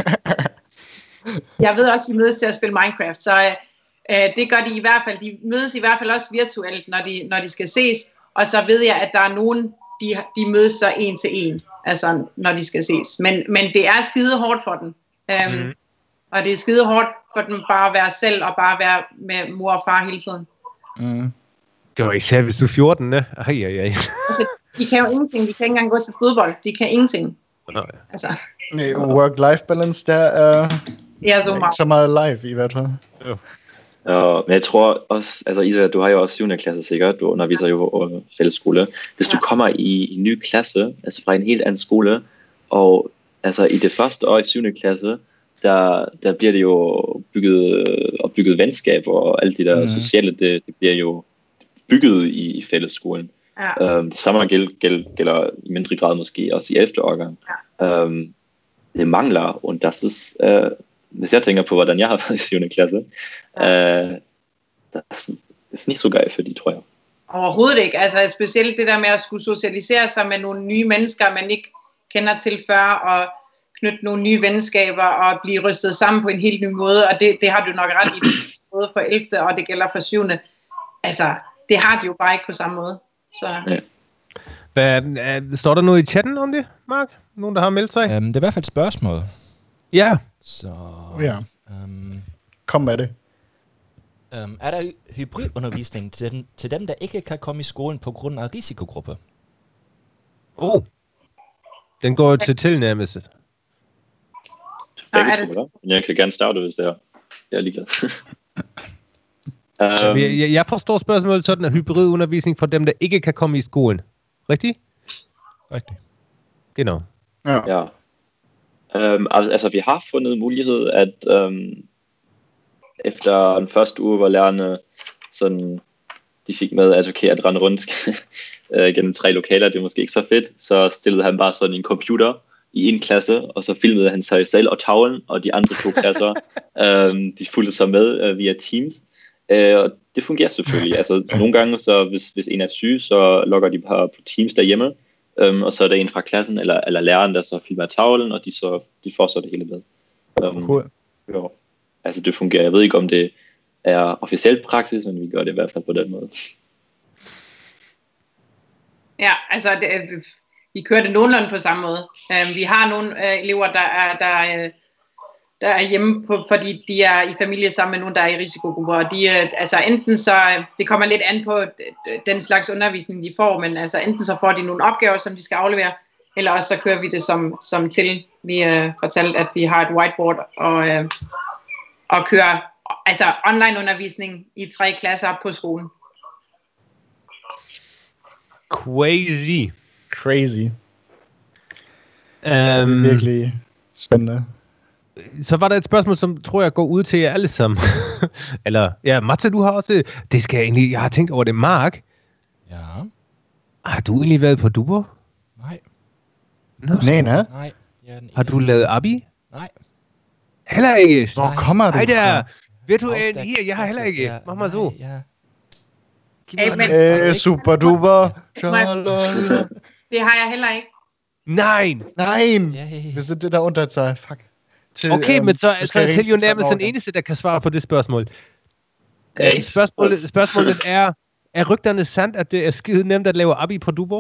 jeg ved også, de mødes til at spille Minecraft, så det gør de i hvert fald. De mødes i hvert fald også virtuelt, når de skal ses. Og så ved jeg, at der er nogen, de mødes så en til en, altså når de skal ses. Men det er skide hårdt for dem. Og det er skide hårdt for dem bare at være selv, og bare være med mor og far hele tiden. Det var især, hvis du er 14, ne? Altså, de kan jo ingenting. De kan ikke engang gå til fodbold. De kan ingenting. Altså. Work-life balance, der er ikke så meget live i hvert fald. Men jeg tror også, altså Isa, du har jo også 7. klasse sikkert, du underviser jo på fællesskole. Hvis du kommer i en ny klasse, altså fra en helt anden skole, og altså i det første år i 7. klasse, der bliver det jo bygget venskab, og alt det der sociale, det bliver jo bygget i fællesskolen. Det samme gælder i mindre grad måske også i 11. årgang. Det mangler, og das ist, hvis jeg tænker på, hvordan jeg har været i 7. klasse, det er ikke så geil for de, tror jeg. Overhovedet ikke. Altså specielt det der med at skulle socialisere sig med nogle nye mennesker, man ikke kender til før, og knytte nogle nye venskaber, og blive rystet sammen på en helt ny måde, og det har du nok ret i, både for 11. og det gælder for 7. Altså, det har de jo bare ikke på samme måde. Så. Ja. Står der noget i chatten om det, Mark? Nogen, der har meldt sig? Det er i hvert fald et spørgsmål. Ja. Så, kom med det. Er der hybridundervisning til dem, der ikke kan komme i skolen på grund af risikogruppe? Den går til tilnærmelse. Jeg kan gerne starte, hvis det er. Jeg er ligeglad. Jeg forstår spørgsmålet sådan, at hybridundervisning for dem, der ikke kan komme i skolen. Rigtigt? Rigtigt. Genau. Ja. Altså, vi har fundet mulighed, at efter den første uge, hvor lærerne sådan, de fik med, at okay, at rende rundt gennem 3 lokaler, det er måske ikke så fedt, så stillede han bare sådan en computer i en klasse, og så filmede han sig selv og tavlen, og de andre 2 klasser, de fulgte sig med via Teams. Og det fungerer selvfølgelig. Altså, nogle gange, så hvis en er syg, så logger de bare på Teams derhjemme, og så er der en fra klassen, eller læreren, der så filmer tavlen, og de får så det hele med. Cool. Jo. Altså, det fungerer. Jeg ved ikke, om det er officielt praksis, men vi gør det i hvert fald på den måde. Ja, altså vi kører det nogenlunde på samme måde. Vi har nogle elever, der er hjemme, fordi de er i familie sammen med nogen, der er i risikogrupper. Og altså enten så, det kommer lidt an på den slags undervisning, de får, men altså enten så får de nogle opgaver, som de skal aflevere, eller også så kører vi det som til. Vi fortalte, at vi har et whiteboard og kører altså online undervisning i 3 klasser på skolen. Crazy. Virkelig spændende. Så var der et spørgsmål, som tror jeg går ud til jer alle sammen. Eller, ja, Matze, du har også... Det skal jeg egentlig... Jeg har tænkt over det. Mark? Ja? Har du egentlig været på Duber? Nej. Nej. Har du lavet abi? Nej. Heller ikke? Hvor kommer du der. Virtuelt her, jeg har heller ikke. Mach mal so. Ja. Super Duber. Det har jeg heller ikke. Nej. Det er det, der undrer sig. Fuck. Okay, men så er til jo nærmest den eneste, der kan svare på det spørgsmål. Spørgsmålet er rygterne sandt, at det er skide nemt at lave abi på Duber?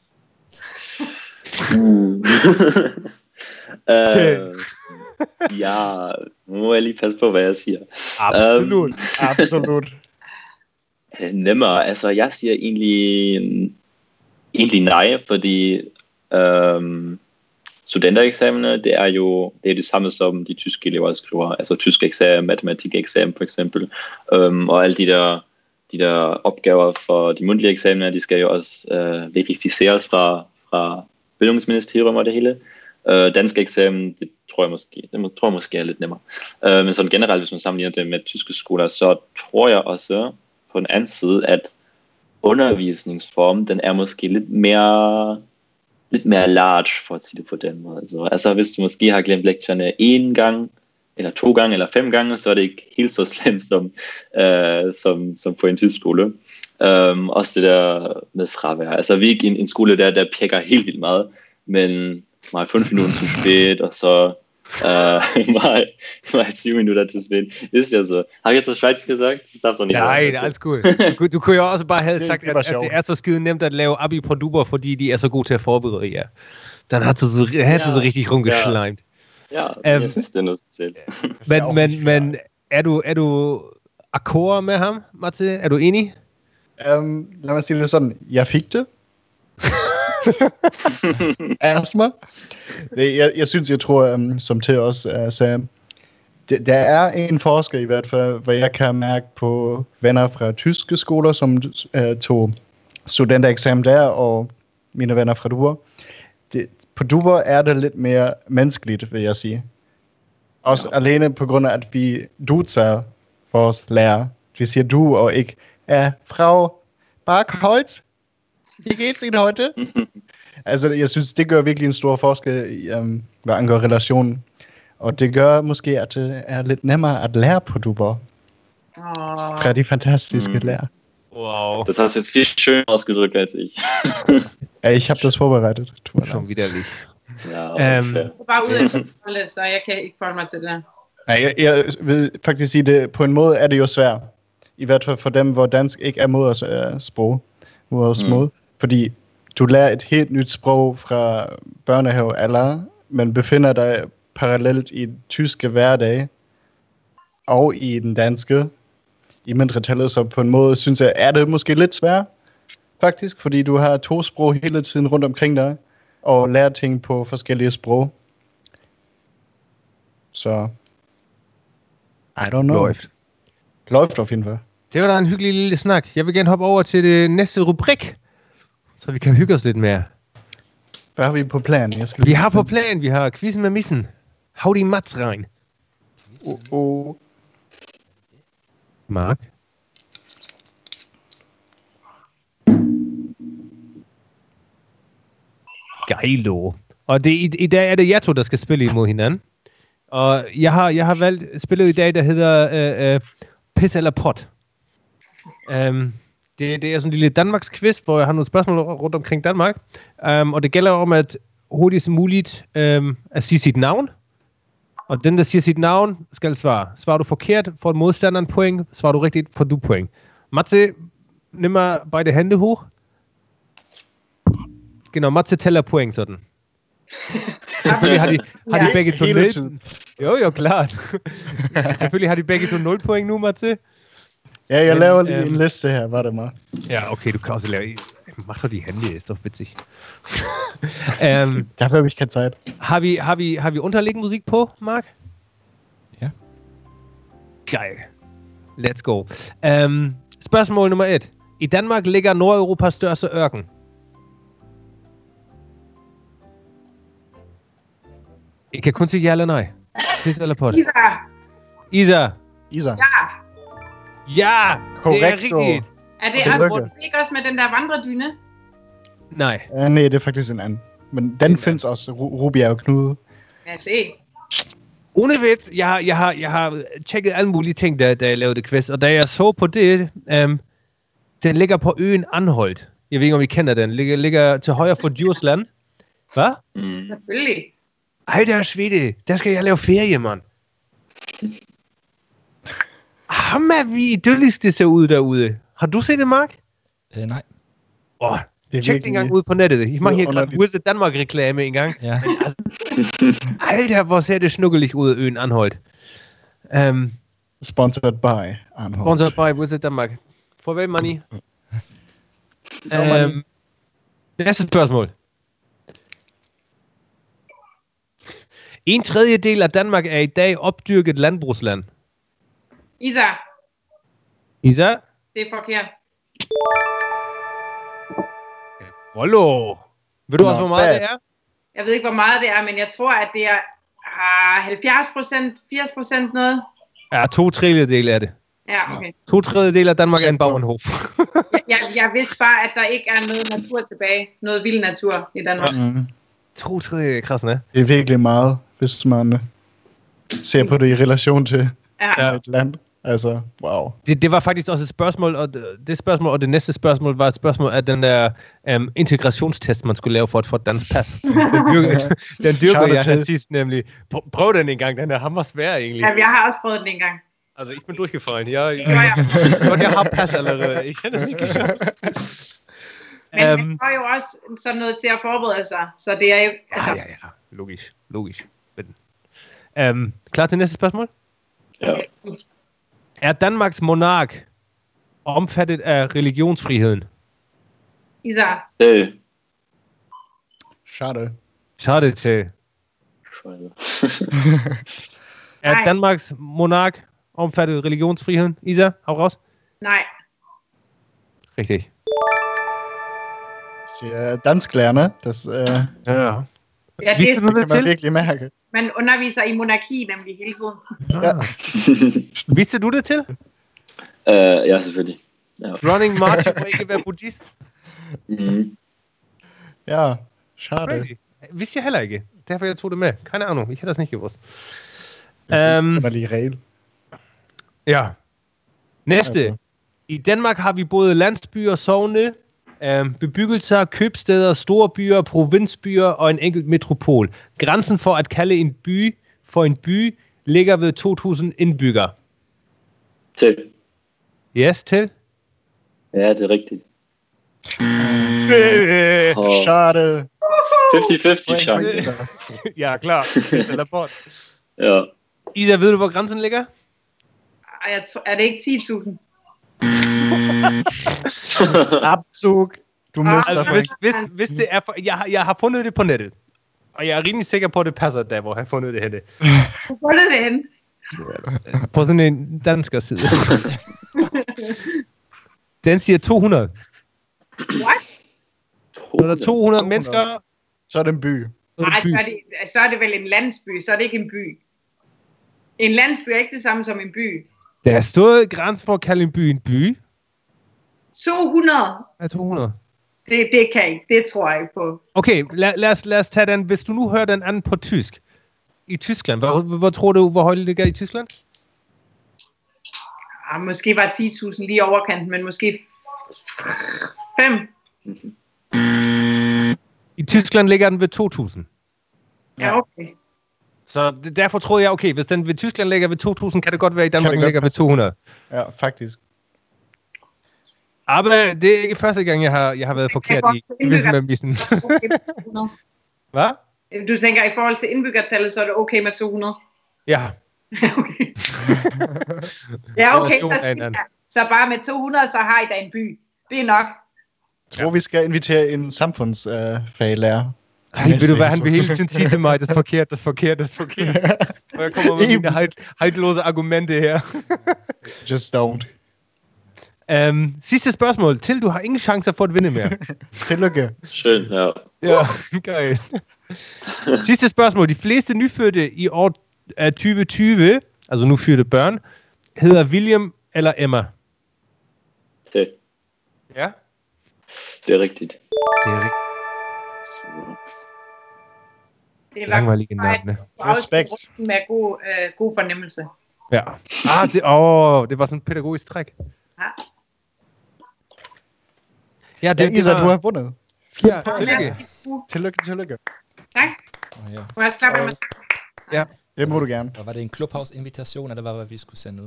Ja, nu må jeg lige passe på, hvad jeg siger. Absolut. Nemmere. Altså, jeg siger egentlig nej, fordi studentereksamener, det er jo det samme som de tyske elever skriver, altså tysk eksamen, matematik-eksamen for eksempel, og alle de der opgaver for de mundtlige eksamener, de skal jo også verificeres fra Bildungsministerium og det hele. Dansk eksamen, det tror jeg måske er lidt nemmere. Men sådan generelt, hvis man sammenligner det med tyske skoler, så tror jeg også på den anden side, at undervisningsformen, den er måske lidt mere large, for at sige det på den måde. Altså hvis du måske har glemt lektierne 1 gang, eller 2 gange, eller 5 gange, så er det ikke helt så slemt som på en tysk skole. Også det der med fravær. Altså vi er ikke en skole, der pjekker helt vildt meget, men mal 5 Minuten zu spät, og så mal 20 Minuten zu spät. Ist ja so. Har jeg jetzt das Schweiz gesagt? Das darf doch nicht sein. Nej, alt godt. Du kunne jo også bare have sagt, at det er så skide nemt at lave abi på Duber, fordi de er så gode til at forberede jer. Dann hat sie so richtig rumgeschleimt. Ja, jeg synes, det er noget specielt. Men er du akkord med ham, Matze? Er du enig? Lad mig sige det sådan. Jeg fik det. Astma. Jeg tror, som til også sagde, der er en forskel i hvert fald, hvor jeg kan mærke på venner fra tyske skoler, som tog studentereksamen der, og mine venner fra Duber. På Duber er det lidt mere menneskeligt, vil jeg sige. Også alene på grund af, at vi duzer vores lærer. Vi siger du og ikke Frau Barkholz. Wie geht's Ihnen heute? Altså, jeg synes, det gør virkelig en stor forskel, hvad angår relationen. Og det gør måske, at det er lidt nemmere at lære på Duber. Fra de fantastiske lærer. Wow. Das hast du jetzt viel schöner ausgedrückt als ich. Ich habe das vorbereitet. Schon widerlich. Ja, bare ud af så jeg kan ikke forholde mig til det. Nej, jeg vil faktisk sige, det på en måde er det jo svært. I hvert fald for dem, hvor dansk ikke er modersmål. Fordi du lærer et helt nyt sprog fra børnehavealder, men befinder dig parallelt i den tyske hverdag og i den danske i mindretallet, så på en måde synes jeg, er det måske lidt svært faktisk, fordi du har 2 sprog hele tiden rundt omkring dig og lærer ting på forskellige sprog. Så I don't know. Läuft auf jeden Fall. Det var da en hyggelig lille snak. Jeg vil gerne hoppe over til det næste rubrik, så vi kan hygge os lidt mere. Hvad har vi på plan? Vi har på plan, vi har quizzen med missen. Hau die Mats rein. Mark? Geilo. Og i dag er det jer to, der skal spille imod hinanden. Og jeg har valgt spillet i dag, der hedder Pis eller Pot. Det er sådan en lille Danmarks quiz, hvor jeg har nogle spørgsmål rundt omkring Danmark. Og det gælder om at hurtigst muligt at sige sit navn. Og den, der siger sit navn, skal svare. Svarer du forkert, får modstanderen point. Svarer du rigtigt, får du point. Matze, nimm mal beide Hände hoch. Genau, Matze tæller point sådan. Selvfølgelig har de begge to 0. Jo, klart. Selvfølgelig har de begge to 0 point nu, Matze. Ja, jeg laver lige en liste her, var det mig. Ja, okay, du kan også lave... Mach doch die Hände, ist doch witzig. Dafür habe ich keine Zeit. Har vi Unterlegmusik på, Mark? Ja. Geil. Let's go. Spørgsmål nummer 1. I Danmark ligger Nordeuropas største ørken. I kan kun sige ja eller nej. Pis eller pot. Isa. Ja. Ja, det er rigtigt. Er det ikke også med den der vandredyne? Nej. Nej, det er faktisk en anden. Men den findes også, Rubjerg Knude. Ja, se. Uden vits, jeg har tjekket alle mulige ting, da jeg lavede quiz, og da jeg så på det, den ligger på øen Anholt. Jeg ved ikke, om I kender den. Ligger til højre for Djursland. Hvad? Selvfølgelig. Ej, der er Svede. Der skal jeg lave ferie, mand. Hammer, vi idyllisk det ser ud derude. Har du set det, Mark? Nej. Tjek det engang ud på nettet. Jeg mache hier gerade Visit Danmark-reklame engang. Ja. Alter, hvor ser det snukkelig ud, øen Anholt. Sponsored by Anholt. Sponsored by Visit Danmark. Farvel, money. Næste spørgsmål. 1/3 af Danmark er i dag opdyrket landbrugsland. Isa? Det er forkert. Follow. Ved du også, hvor meget det er? Jeg ved ikke, hvor meget det er, men jeg tror, at det er 70%, 80% noget. Ja, 2/3 er det. Ja, okay. 2/3 af Danmark er en Bauernhof. jeg vidste bare, at der ikke er noget natur tilbage. Noget vild natur i Danmark. 2/3 krassen, ja. Det er virkelig meget, hvis man ser på det i relation til et land. Altså, wow. Det var faktisk også et spørgsmål, og det næste spørgsmål var et spørgsmål af den der integrationstest, man skulle lave for at få et dansk pas. Den dyrker jeg her sidst, nemlig. Prøv den en gang, den er hammer svær egentlig. Ja, jeg har også prøvet den en gang. Altså, ich bin durchgefallen. Jeg har pas allerede. Jeg kender det ikke. Men man får jo også sådan noget til at forberede sig, så det er jo... Altså... Ja. Logisk. Klar til næste spørgsmål? Ja. Er Danmarks monark omfattet af religionsfriheden? Isa. Schade til. Er Danmarks monark omfattet af religionsfriheden? Isa, hau raus. Nej. Richtig. Dansklærerne, ja. Ja, det kan man virkelig mærke. Man underviser i monarki nemlig hele tiden. Ja. Vidste du det til? Ja, selvfølgelig. Ja. Running march må ikke være buddhist. Ja, schade. Crazy. Vidste jeg heller ikke. Derfor jeg tog det med. Keine Ahnung, ich hätte das nicht gewusst. Det var lige regel. Ja. Næste. I Danmark har vi både landsbyer, sogne, bebyggelser, købsteder, store byer, provinsbyer og en enkelt metropol. Grænsen for at kalde en by for en by ligger ved 2.000 indbyggere. Til. Yes, til? Ja, det er rigtigt. Schade. 50-50 chance. Ja, klar. Eller bort. Ja. Isa, ved du, hvor grænsen ligger? Er det ikke 10.000? Abzug. Du mister altså, hvis det er for, jeg har fundet det på nettet. Og jeg er rimelig sikker på, at det passer der, hvor jeg har fundet det henne. Hvor har du fundet det henne? På sådan en dansker side. Den siger 200. What? Når der er 200 mennesker... Så er det en by. Nej, så er det vel en landsby, så er det ikke en by. En landsby er ikke det samme som en by. Der er stået grænse for at kalde en by en by. 200? Ja, 200. Det kan jeg ikke. Det tror jeg ikke på. Okay, lad os tage den. Hvis du nu hører den anden på tysk. I Tyskland. Hvor tror du, hvor højt det ligger i Tyskland? Måske var 10.000 lige overkanten, men måske 5. I Tyskland ligger den ved 2.000. Ja, okay. Så derfor troede jeg, okay, hvis den ved Tyskland ligger ved 2.000, kan det godt være, i Danmark ligger ved 200. Ja, faktisk. Men det er ikke første gang, jeg har været forkert i Visma-missen. Hvad? Du tænker, i forhold til indbyggertallet, så er det okay med 200? Ja. Okay. Ja, okay, så bare med 200, så har I da en by. Det er nok. Jeg tror, vi skal invitere en samfundsfaglærer. Ved du hvad, han vil hele tiden sige til mig, det er forkert. Og jeg kommer med mine hejdløse argumenter her. Just don't. Sidste spørgsmål. Til du har ingen chancer for at vinde mere. Tillykke. Skønt, ja. Ja, geil. Sidste spørgsmål. De fleste nyfødte i år 2020, altså nu fødte børn, hedder William eller Emma? Det. Ja? Det er rigtigt. Det er rigtigt. Det er langvarige navne. Respekt. Med god fornemmelse. Ja. Det var sådan et pædagogisk træk. Ja. Ja, det var... du har vundet. Ja, tillykke. Tak. Ja. Må jeg slappe med? Ja. Det må du gerne. Og var det en Clubhouse-invitation, eller hvad vi skulle sende ud?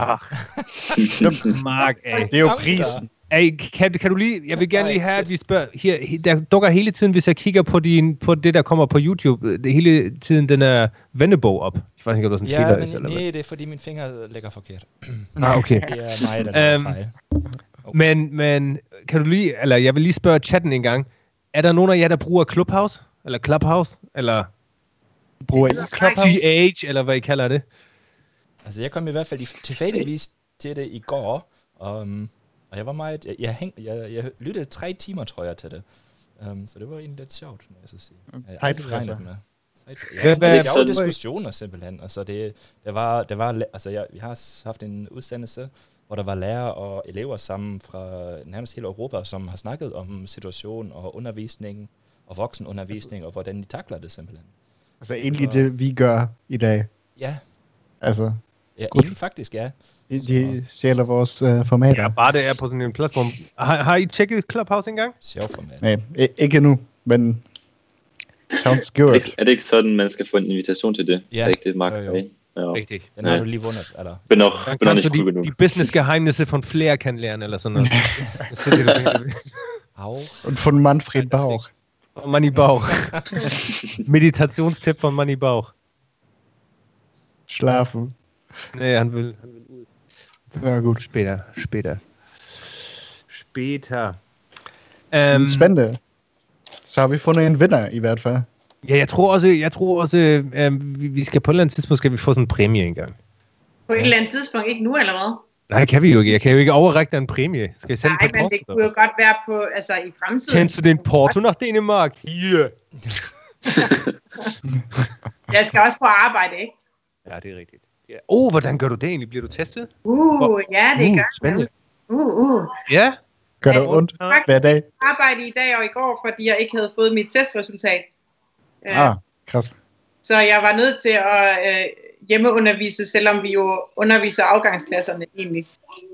Mark, det er jo prisen. Kan du lige, jeg vil gerne lige have, at vi spørger, her, der dukker hele tiden, hvis jeg kigger på det, der kommer på YouTube, det hele tiden den er vennebog op. Jeg ved ikke, om du sådan nej, det er fordi min finger ligger forkert. Okay. Det er mig, der er fejl. Men kan du lige, eller jeg vil lige spørge chatten en gang, er der nogen af jer, der bruger Clubhouse? Eller bruger I Clubhouse? CH, eller hvad I kalder det? Altså, jeg kom i hvert fald tilfældigvis til det i går, og jeg var meget... Jeg lyttede 3 timer, tror jeg, til det. Så det var egentlig lidt sjovt, må jeg så sige. Jeg har aldrig regnet med. Det er sjove diskussioner, simpelthen. Altså, vi har haft en udsendelse, hvor der var lærere og elever sammen fra nærmest hele Europa, som har snakket om situation og undervisning og voksenundervisning, og hvordan de takler det simpelthen. Altså egentlig det, vi gør i dag. Ja. Altså. Ja, egentlig faktisk, ja. De stjæler vores formater. Ja, bare det er på sådan en platform. Har I tjekket Clubhouse engang? Sjov format. Nej, ikke endnu, men sounds good. Er det ikke sådan, man skal få en invitation til det? Ja. Er det ikke det, Mark sagde? Ja. Rigtigt. Den har du lige vundet, eller? Kannst du die Business-Geheimnisse von Flair kennenlernen, eller sådan noget? Und von Manfred Bauch. Manni Bauch. Meditationstipp von Manni Bauch. Schlafen. Nee, han vil ud. Ja, gut. Später. Spændende. Så har vi fundet en vinder i hvert fald. Ja, jeg tror også vi skal på et eller andet tidspunkt skal vi få sådan en præmie engang. På et eller andet tidspunkt, ikke nu eller hvad? Nej, kan vi jo ikke. Jeg kan jo ikke overrække dig en præmie. Skal jeg sende Nej, men det kunne jo godt være på, altså i fremtiden. Kender du den porto nach Dänemark? Yeah. Jeg skal også på arbejde, ikke? Ja, det er rigtigt. Ja. Hvordan gør du det egentlig? Bliver du testet? Ja, det gør spændende. Ja. Gør det ondt hver dag? Jeg arbejde i dag og i går, fordi jeg ikke havde fået mit testresultat. Krass. Så jeg var nødt til at hjemmeundervise, selvom vi jo underviser afgangsklasserne egentlig.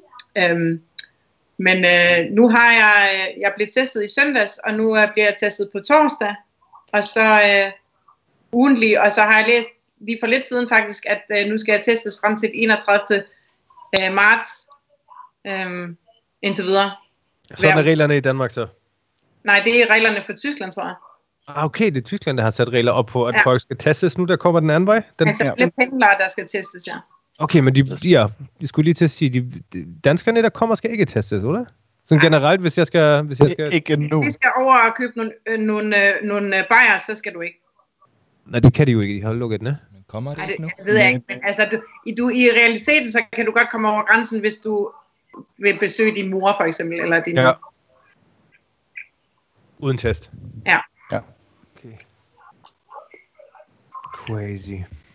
Men nu har jeg blevet testet i søndags, og nu bliver jeg testet på torsdag, og så ugentlig, og så har jeg læst lige for lidt siden faktisk, at nu skal jeg testes frem til 31. marts indtil videre. Sådan er reglerne i Danmark så? Nej, det er reglerne for Tyskland, tror jeg. Okay, det er Tyskland, der har sat regler op på, at folk skal testes nu, der kommer den anden vej? Altså flere pendlere, der skal testes, ja. Okay, men de skulle lige til at sige, de danskerne, der kommer, skal ikke testes, eller? Sådan generelt, hvis jeg skal... Ikke nu. Hvis jeg over og købe nogle bajer, så skal du ikke. Nej, det kan de jo ikke, de har lukket, ne? Men kommer det ikke nu? Det ved jeg ikke, men altså, i realiteten, så kan du godt komme over grænsen, hvis du vil besøge din mor, for eksempel, eller din mor. Uden test? Ja. Okay. Crazy.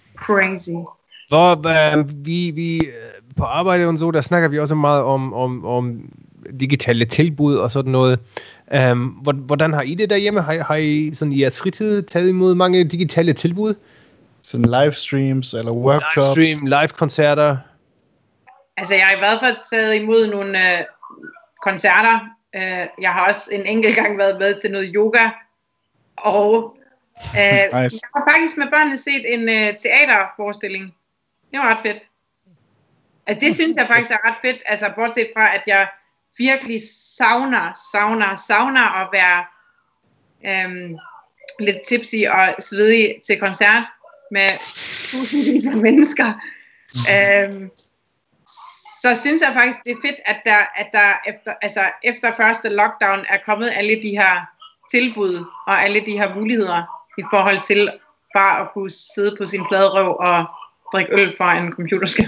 Hvor vi på arbejde og så, der snakker vi også meget om digitale tilbud og sådan noget. Hvordan har I det derhjemme? Har I sådan i jeres fritid taget imod mange digitale tilbud? Sådan livestreams eller workshops? Live-koncerter? Altså, jeg har i hvert fald taget imod nogle koncerter. Jeg har også en enkelt gang været med til noget yoga, og Jeg har faktisk med børnene set en teaterforestilling. Det var ret fedt. Altså, det synes jeg faktisk er ret fedt. Altså, bortset fra, at jeg virkelig savner at være lidt tipsy og svedig til koncert med tusindvis af mennesker. Så synes jeg faktisk, det er fedt, at der efter første lockdown er kommet alle de her tilbud og alle de her muligheder i forhold til bare at kunne sidde på sin pladerøv og drikke øl fra en computerskærm.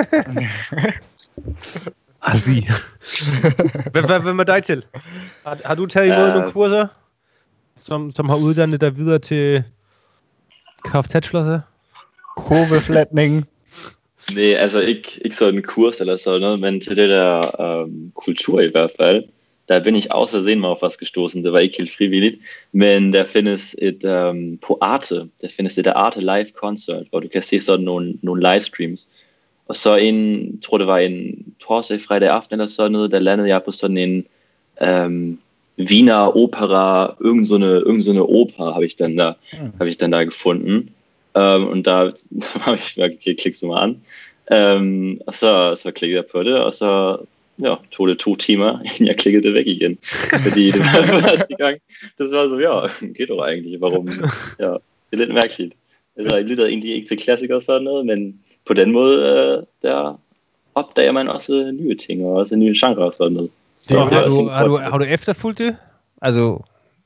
Hvad med dig til? Har du taget imod nogle kurser, som har uddannet dig videre til krafttatschlosser? Kurveflætning. Nej, altså ikke sådan en kurs eller sådan noget, men til det der kultur i hvert fald, da bin ich aus Versehen mal auf was gestoßen, det var ikke helt frivilligt, men der findes på Arte, der findes et Arte Live Concert, hvor du kan se sådan nogle livestreams. Og så tror det var en torsdag, fredag aften eller sådan noget, der landede jeg på sådan en Wiener Opera, irgend so eine Oper habe ich dann da gefunden. Und da habe ich okay, klickst du mal an. Og så klikkede jeg på det, og så tog det 2 timer, inden jeg klikkede det væk igen. Fordi det var første gang. Det var så, geht doch eigentlich, warum? Ja, det er lidt mærkeligt. Altså, jeg lyttede egentlig ikke til klassikere og sådan noget, men på den måde, der opdager man også nye ting, og også nye genrer og sådan noget. Så har du efterfulgt det? Altså,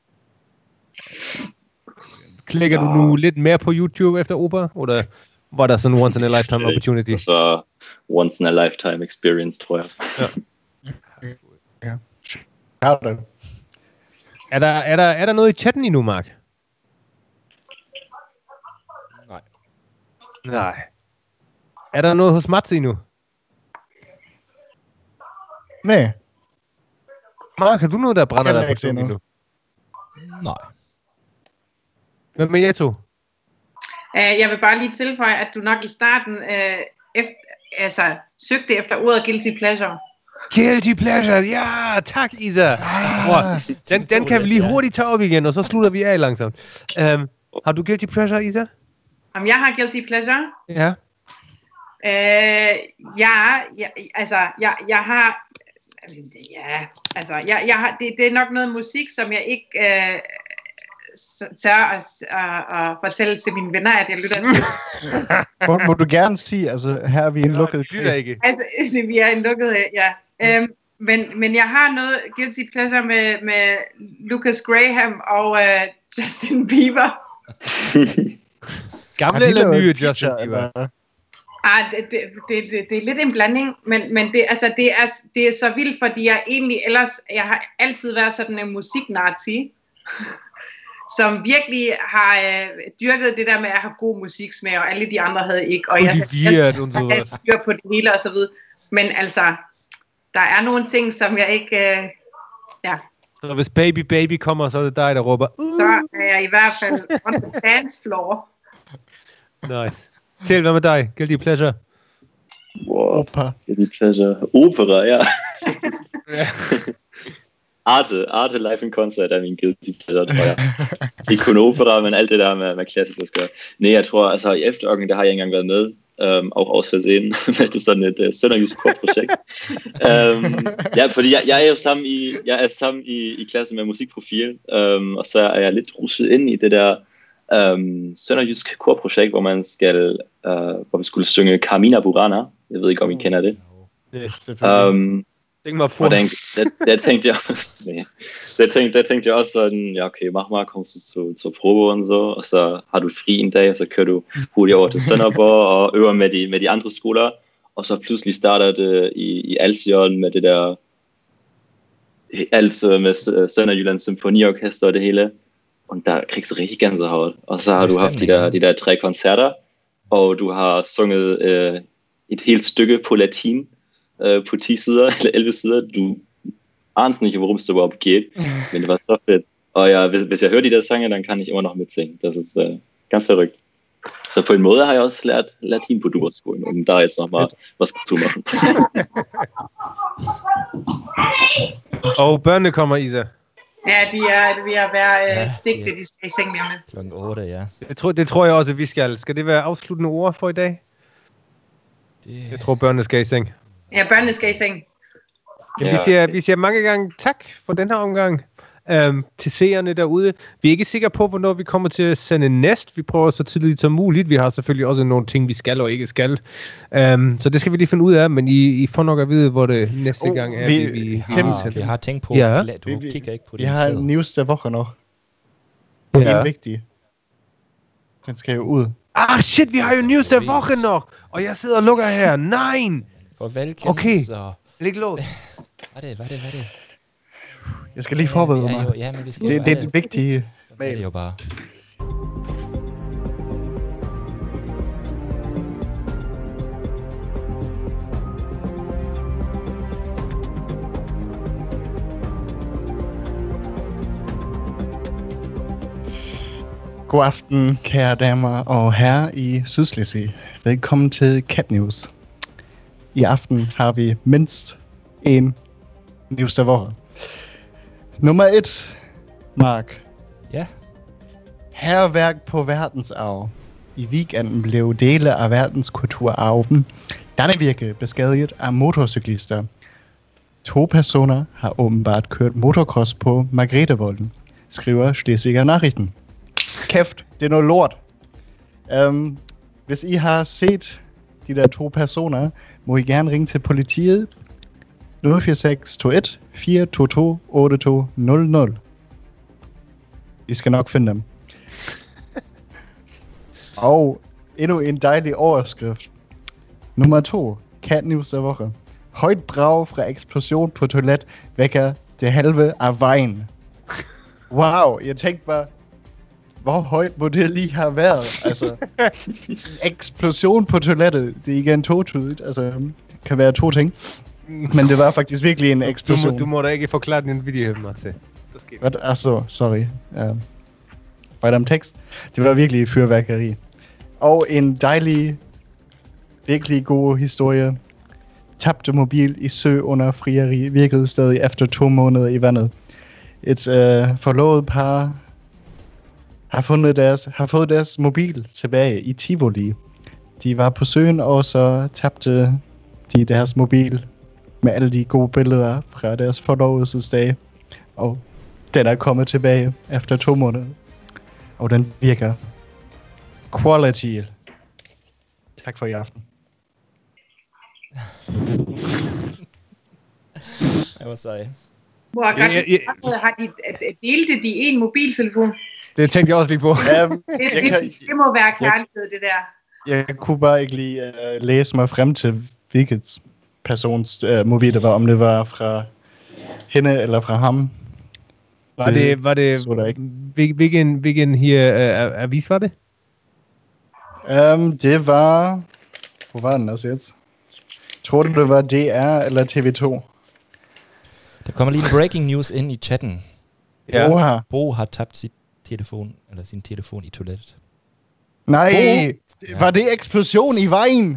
klikker du nu lidt mere på YouTube efter opera, eller var der sådan once in a lifetime opportunity? Det var once in a lifetime experience, tror jeg. Ja. Er der noget i chatten endnu, Mark? Nej. Er der noget hos Mats endnu? Nej. Mark, har du noget, der brænder der på tungen endnu? Nej. Hvad med jer to? Jeg vil bare lige tilføje, at du nok i starten søgte efter ordet guilty pleasure. Guilty pleasure, ja, tak Isa. Den kan vi lige hurtigt tage op igen, og så slutter vi af langsomt. Har du guilty pleasure, Isa? Om jeg har guilty pleasure? Ja. Jeg har, det er nok noget musik, som jeg ikke tør at fortælle til mine venner, at jeg lytter til. Må du gerne sige, altså her er vi en lukket kreds. Altså, vi er en lukket, ja. Men jeg har noget guilty pleasure med Lucas Graham og Justin Bieber. Gamle eller nye Justin Bieber? Det er lidt en blanding, men det er så vildt, fordi jeg har altid været sådan en musiknazi, som virkelig har dyrket det der med at have god musiksmag, og alle de andre havde ikke, og jeg havde styr på det hele og så videre. Men altså, der er nogle ting, som jeg ikke, Så hvis Baby kommer, så er det dig, der råber. Så er jeg i hvert fald on the dance floor. Nice. Til, hvad med dig? Guilty pleasure? Wow, guilty pleasure. Opera, ja. Arte Live in Concert er min guilty pleasure, tror jeg. Ikke kun opera, men alt det der med klassisk at gøre. Nej, jeg tror, altså i Efterørken, der har jeg ikke engang været med. Auch aus Versehen. Det er sådan et sønderjysk kortprojekt. Ja, fordi jeg er sammen i klasse med musikprofil, og så er jeg lidt russet ind i det der sønderjysk korprojekt, hvor vi skulle synge Carmina Burana. Jeg ved ikke, om I kender det. Der tænkte jeg også sådan, ja okay, mach mal, kommst du zur Probe und so, og så har du fri en dag, og så kører du hurtigt over til Sønderborg og øver med de andre skoler, og så pludselig starter det i Alsion med det der, altså med Sønderjyllands Symfoniorkester og det hele, og der kriegst du rigtig Gänsehaut, og så har du haft de der 3 koncerter, og du har sunget et helt stykke på latin, på 10 sider eller 11 sider. Du ahnst nicht, worum es überhaupt geht, men det var så fedt. Og hvis jeg hører de der sange, dann kann ich immer noch mitsingen. Das ist ganz verrückt. Så på en måde har jeg også lært latin på Duberskolen, um da jetzt nochmal was zu machen. Og børnene kommer, Isa. Ja, de er ved at være stigte, de skal i seng lige om lidt. Klokken 8, ja. Det tror jeg også, at vi skal. Skal det være afsluttende ord for i dag? Jeg tror, børnene skal i seng. Ja, børnene skal i seng. Ja, vi siger mange gange tak for den her omgang. Til seerne derude. Vi er ikke sikre på, hvornår vi kommer til at sende næst. Vi prøver så tidligt som muligt. Vi har selvfølgelig også nogle ting, vi skal og ikke skal. Så det skal vi lige finde ud af, men I får nok at vide, hvor det næste gang er. Vi har tænkt på, du kigger ikke på det. Vi har en news der woche nog. Det er vigtigt. Den skal jo ud. Shit, vi har jo news der woche nog. Og jeg sidder og lukker her. Nej! Farvel, okay, læg lås. Hvad er det? Jeg skal lige forberede mig. Ja, men vi skal det er det vigtige. Det er det jo bare. God aften, kære damer og herrer i Sydslesvig. Velkommen til Cat News. I aften har vi mindst en news der woche. Nummer 1, Mark. Ja. Hærværk på verdensarv. I weekenden blev dele af verdenskulturarven Dannevirke beskadiget af motorcyklister. 2 personer har åbenbart kørt motocross på Margrethevolden, skriver Schleswiger Nachrichten. Kæft, det er noget lort. Hvis I har set de der 2 personer, må I gerne ringe til politiet 04621 422 8200. I skal nok finde dem. Og endnu en dejlig overskrift. Nummer 2. Cat News der woche. Højt brag fra eksplosion på toilet vækker det halve af vejen. Wow, jeg tænkte bare, hvor højt må det lige have været? Altså, eksplosion på toilettet, det er igen totydigt. Altså, det kan være 2 ting. Men det var faktisk virkelig en eksplosion. Du må da ikke forklare den video, Martin. Hvad? Altså, sorry. Var der om tekst? Det var virkelig fyrværkeri. Og en dejlig, virkelig god historie. Tabte mobil i sø under frieri, virkede stadig efter 2 måneder i vandet. Et forlovet par har fået deres mobil tilbage i Tivoli. De var på søen, og så tabte de deres mobil med alle de gode billeder fra deres forlovelsesdag. Og den er kommet tilbage efter 2 måneder. Og den virker. Quality. Tak for i aften. Jeg var sej. Har de delte de en mobiltelefon? Det tænkte jeg også lige på. Det må være kærlighed, det der. Jeg kunne bare ikke lige læse mig frem til, hvilket persons mobil det var, om det var fra hende eller fra ham. Var det hvilken her avis var det? Det var... Hvor var den altså jetzt? Tror du, det var DR eller TV2? Der kommer lige en breaking news ind i chatten. Ja. Bo har tabt sin telefon i toilettet. Nej! Bo? Var det eksplosion i vejen?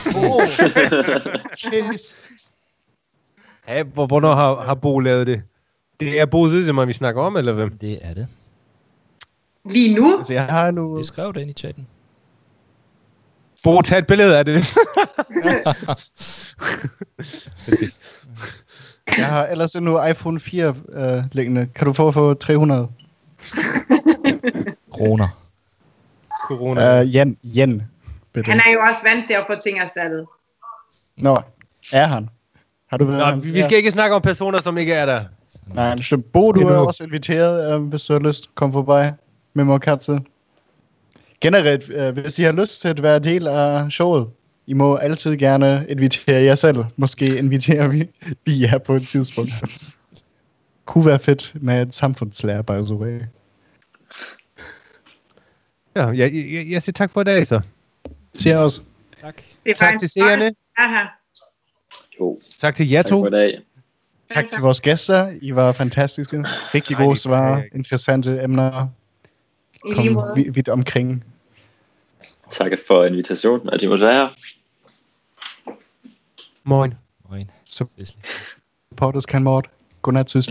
Ja, hvornår har Bo lavet det? Det er Bo Sydsømmer, vi snakker om, eller hvem? Det er det. Lige nu? Altså, jeg har nu... Vi skrev det ind i chatten. Bo, tag et billede af det. Jeg har ellers nu iPhone 4 liggende. Kan du få 300? Kroner. Corona. Yen. Han er jo også vant til at få ting erstattet. Nå, er han? Har du vi skal ikke snakke om personer, som ikke er der. Nej, så Bo, du er også inviteret, hvis du har lyst. Kom forbi med mig katse. Generelt, hvis I har lyst til at være del af showet, I må altid gerne invitere jer selv. Måske inviterer vi jer på et tidspunkt. Kunne være fedt med et samfundslærer, by the way. Ja, jeg siger tak for i dag, så. Siger også. Tak. Tak til seerne. Jo. Tak til jer to. Tak for i dag. Tak til vores gæster. I var fantastiske. Rigtig gode svar. Interessante emner. Kom vidt omkring. Tak for invitationen, at I måtte være her. Moin. Moin. Supporters kan mord. Godnat, Sysli.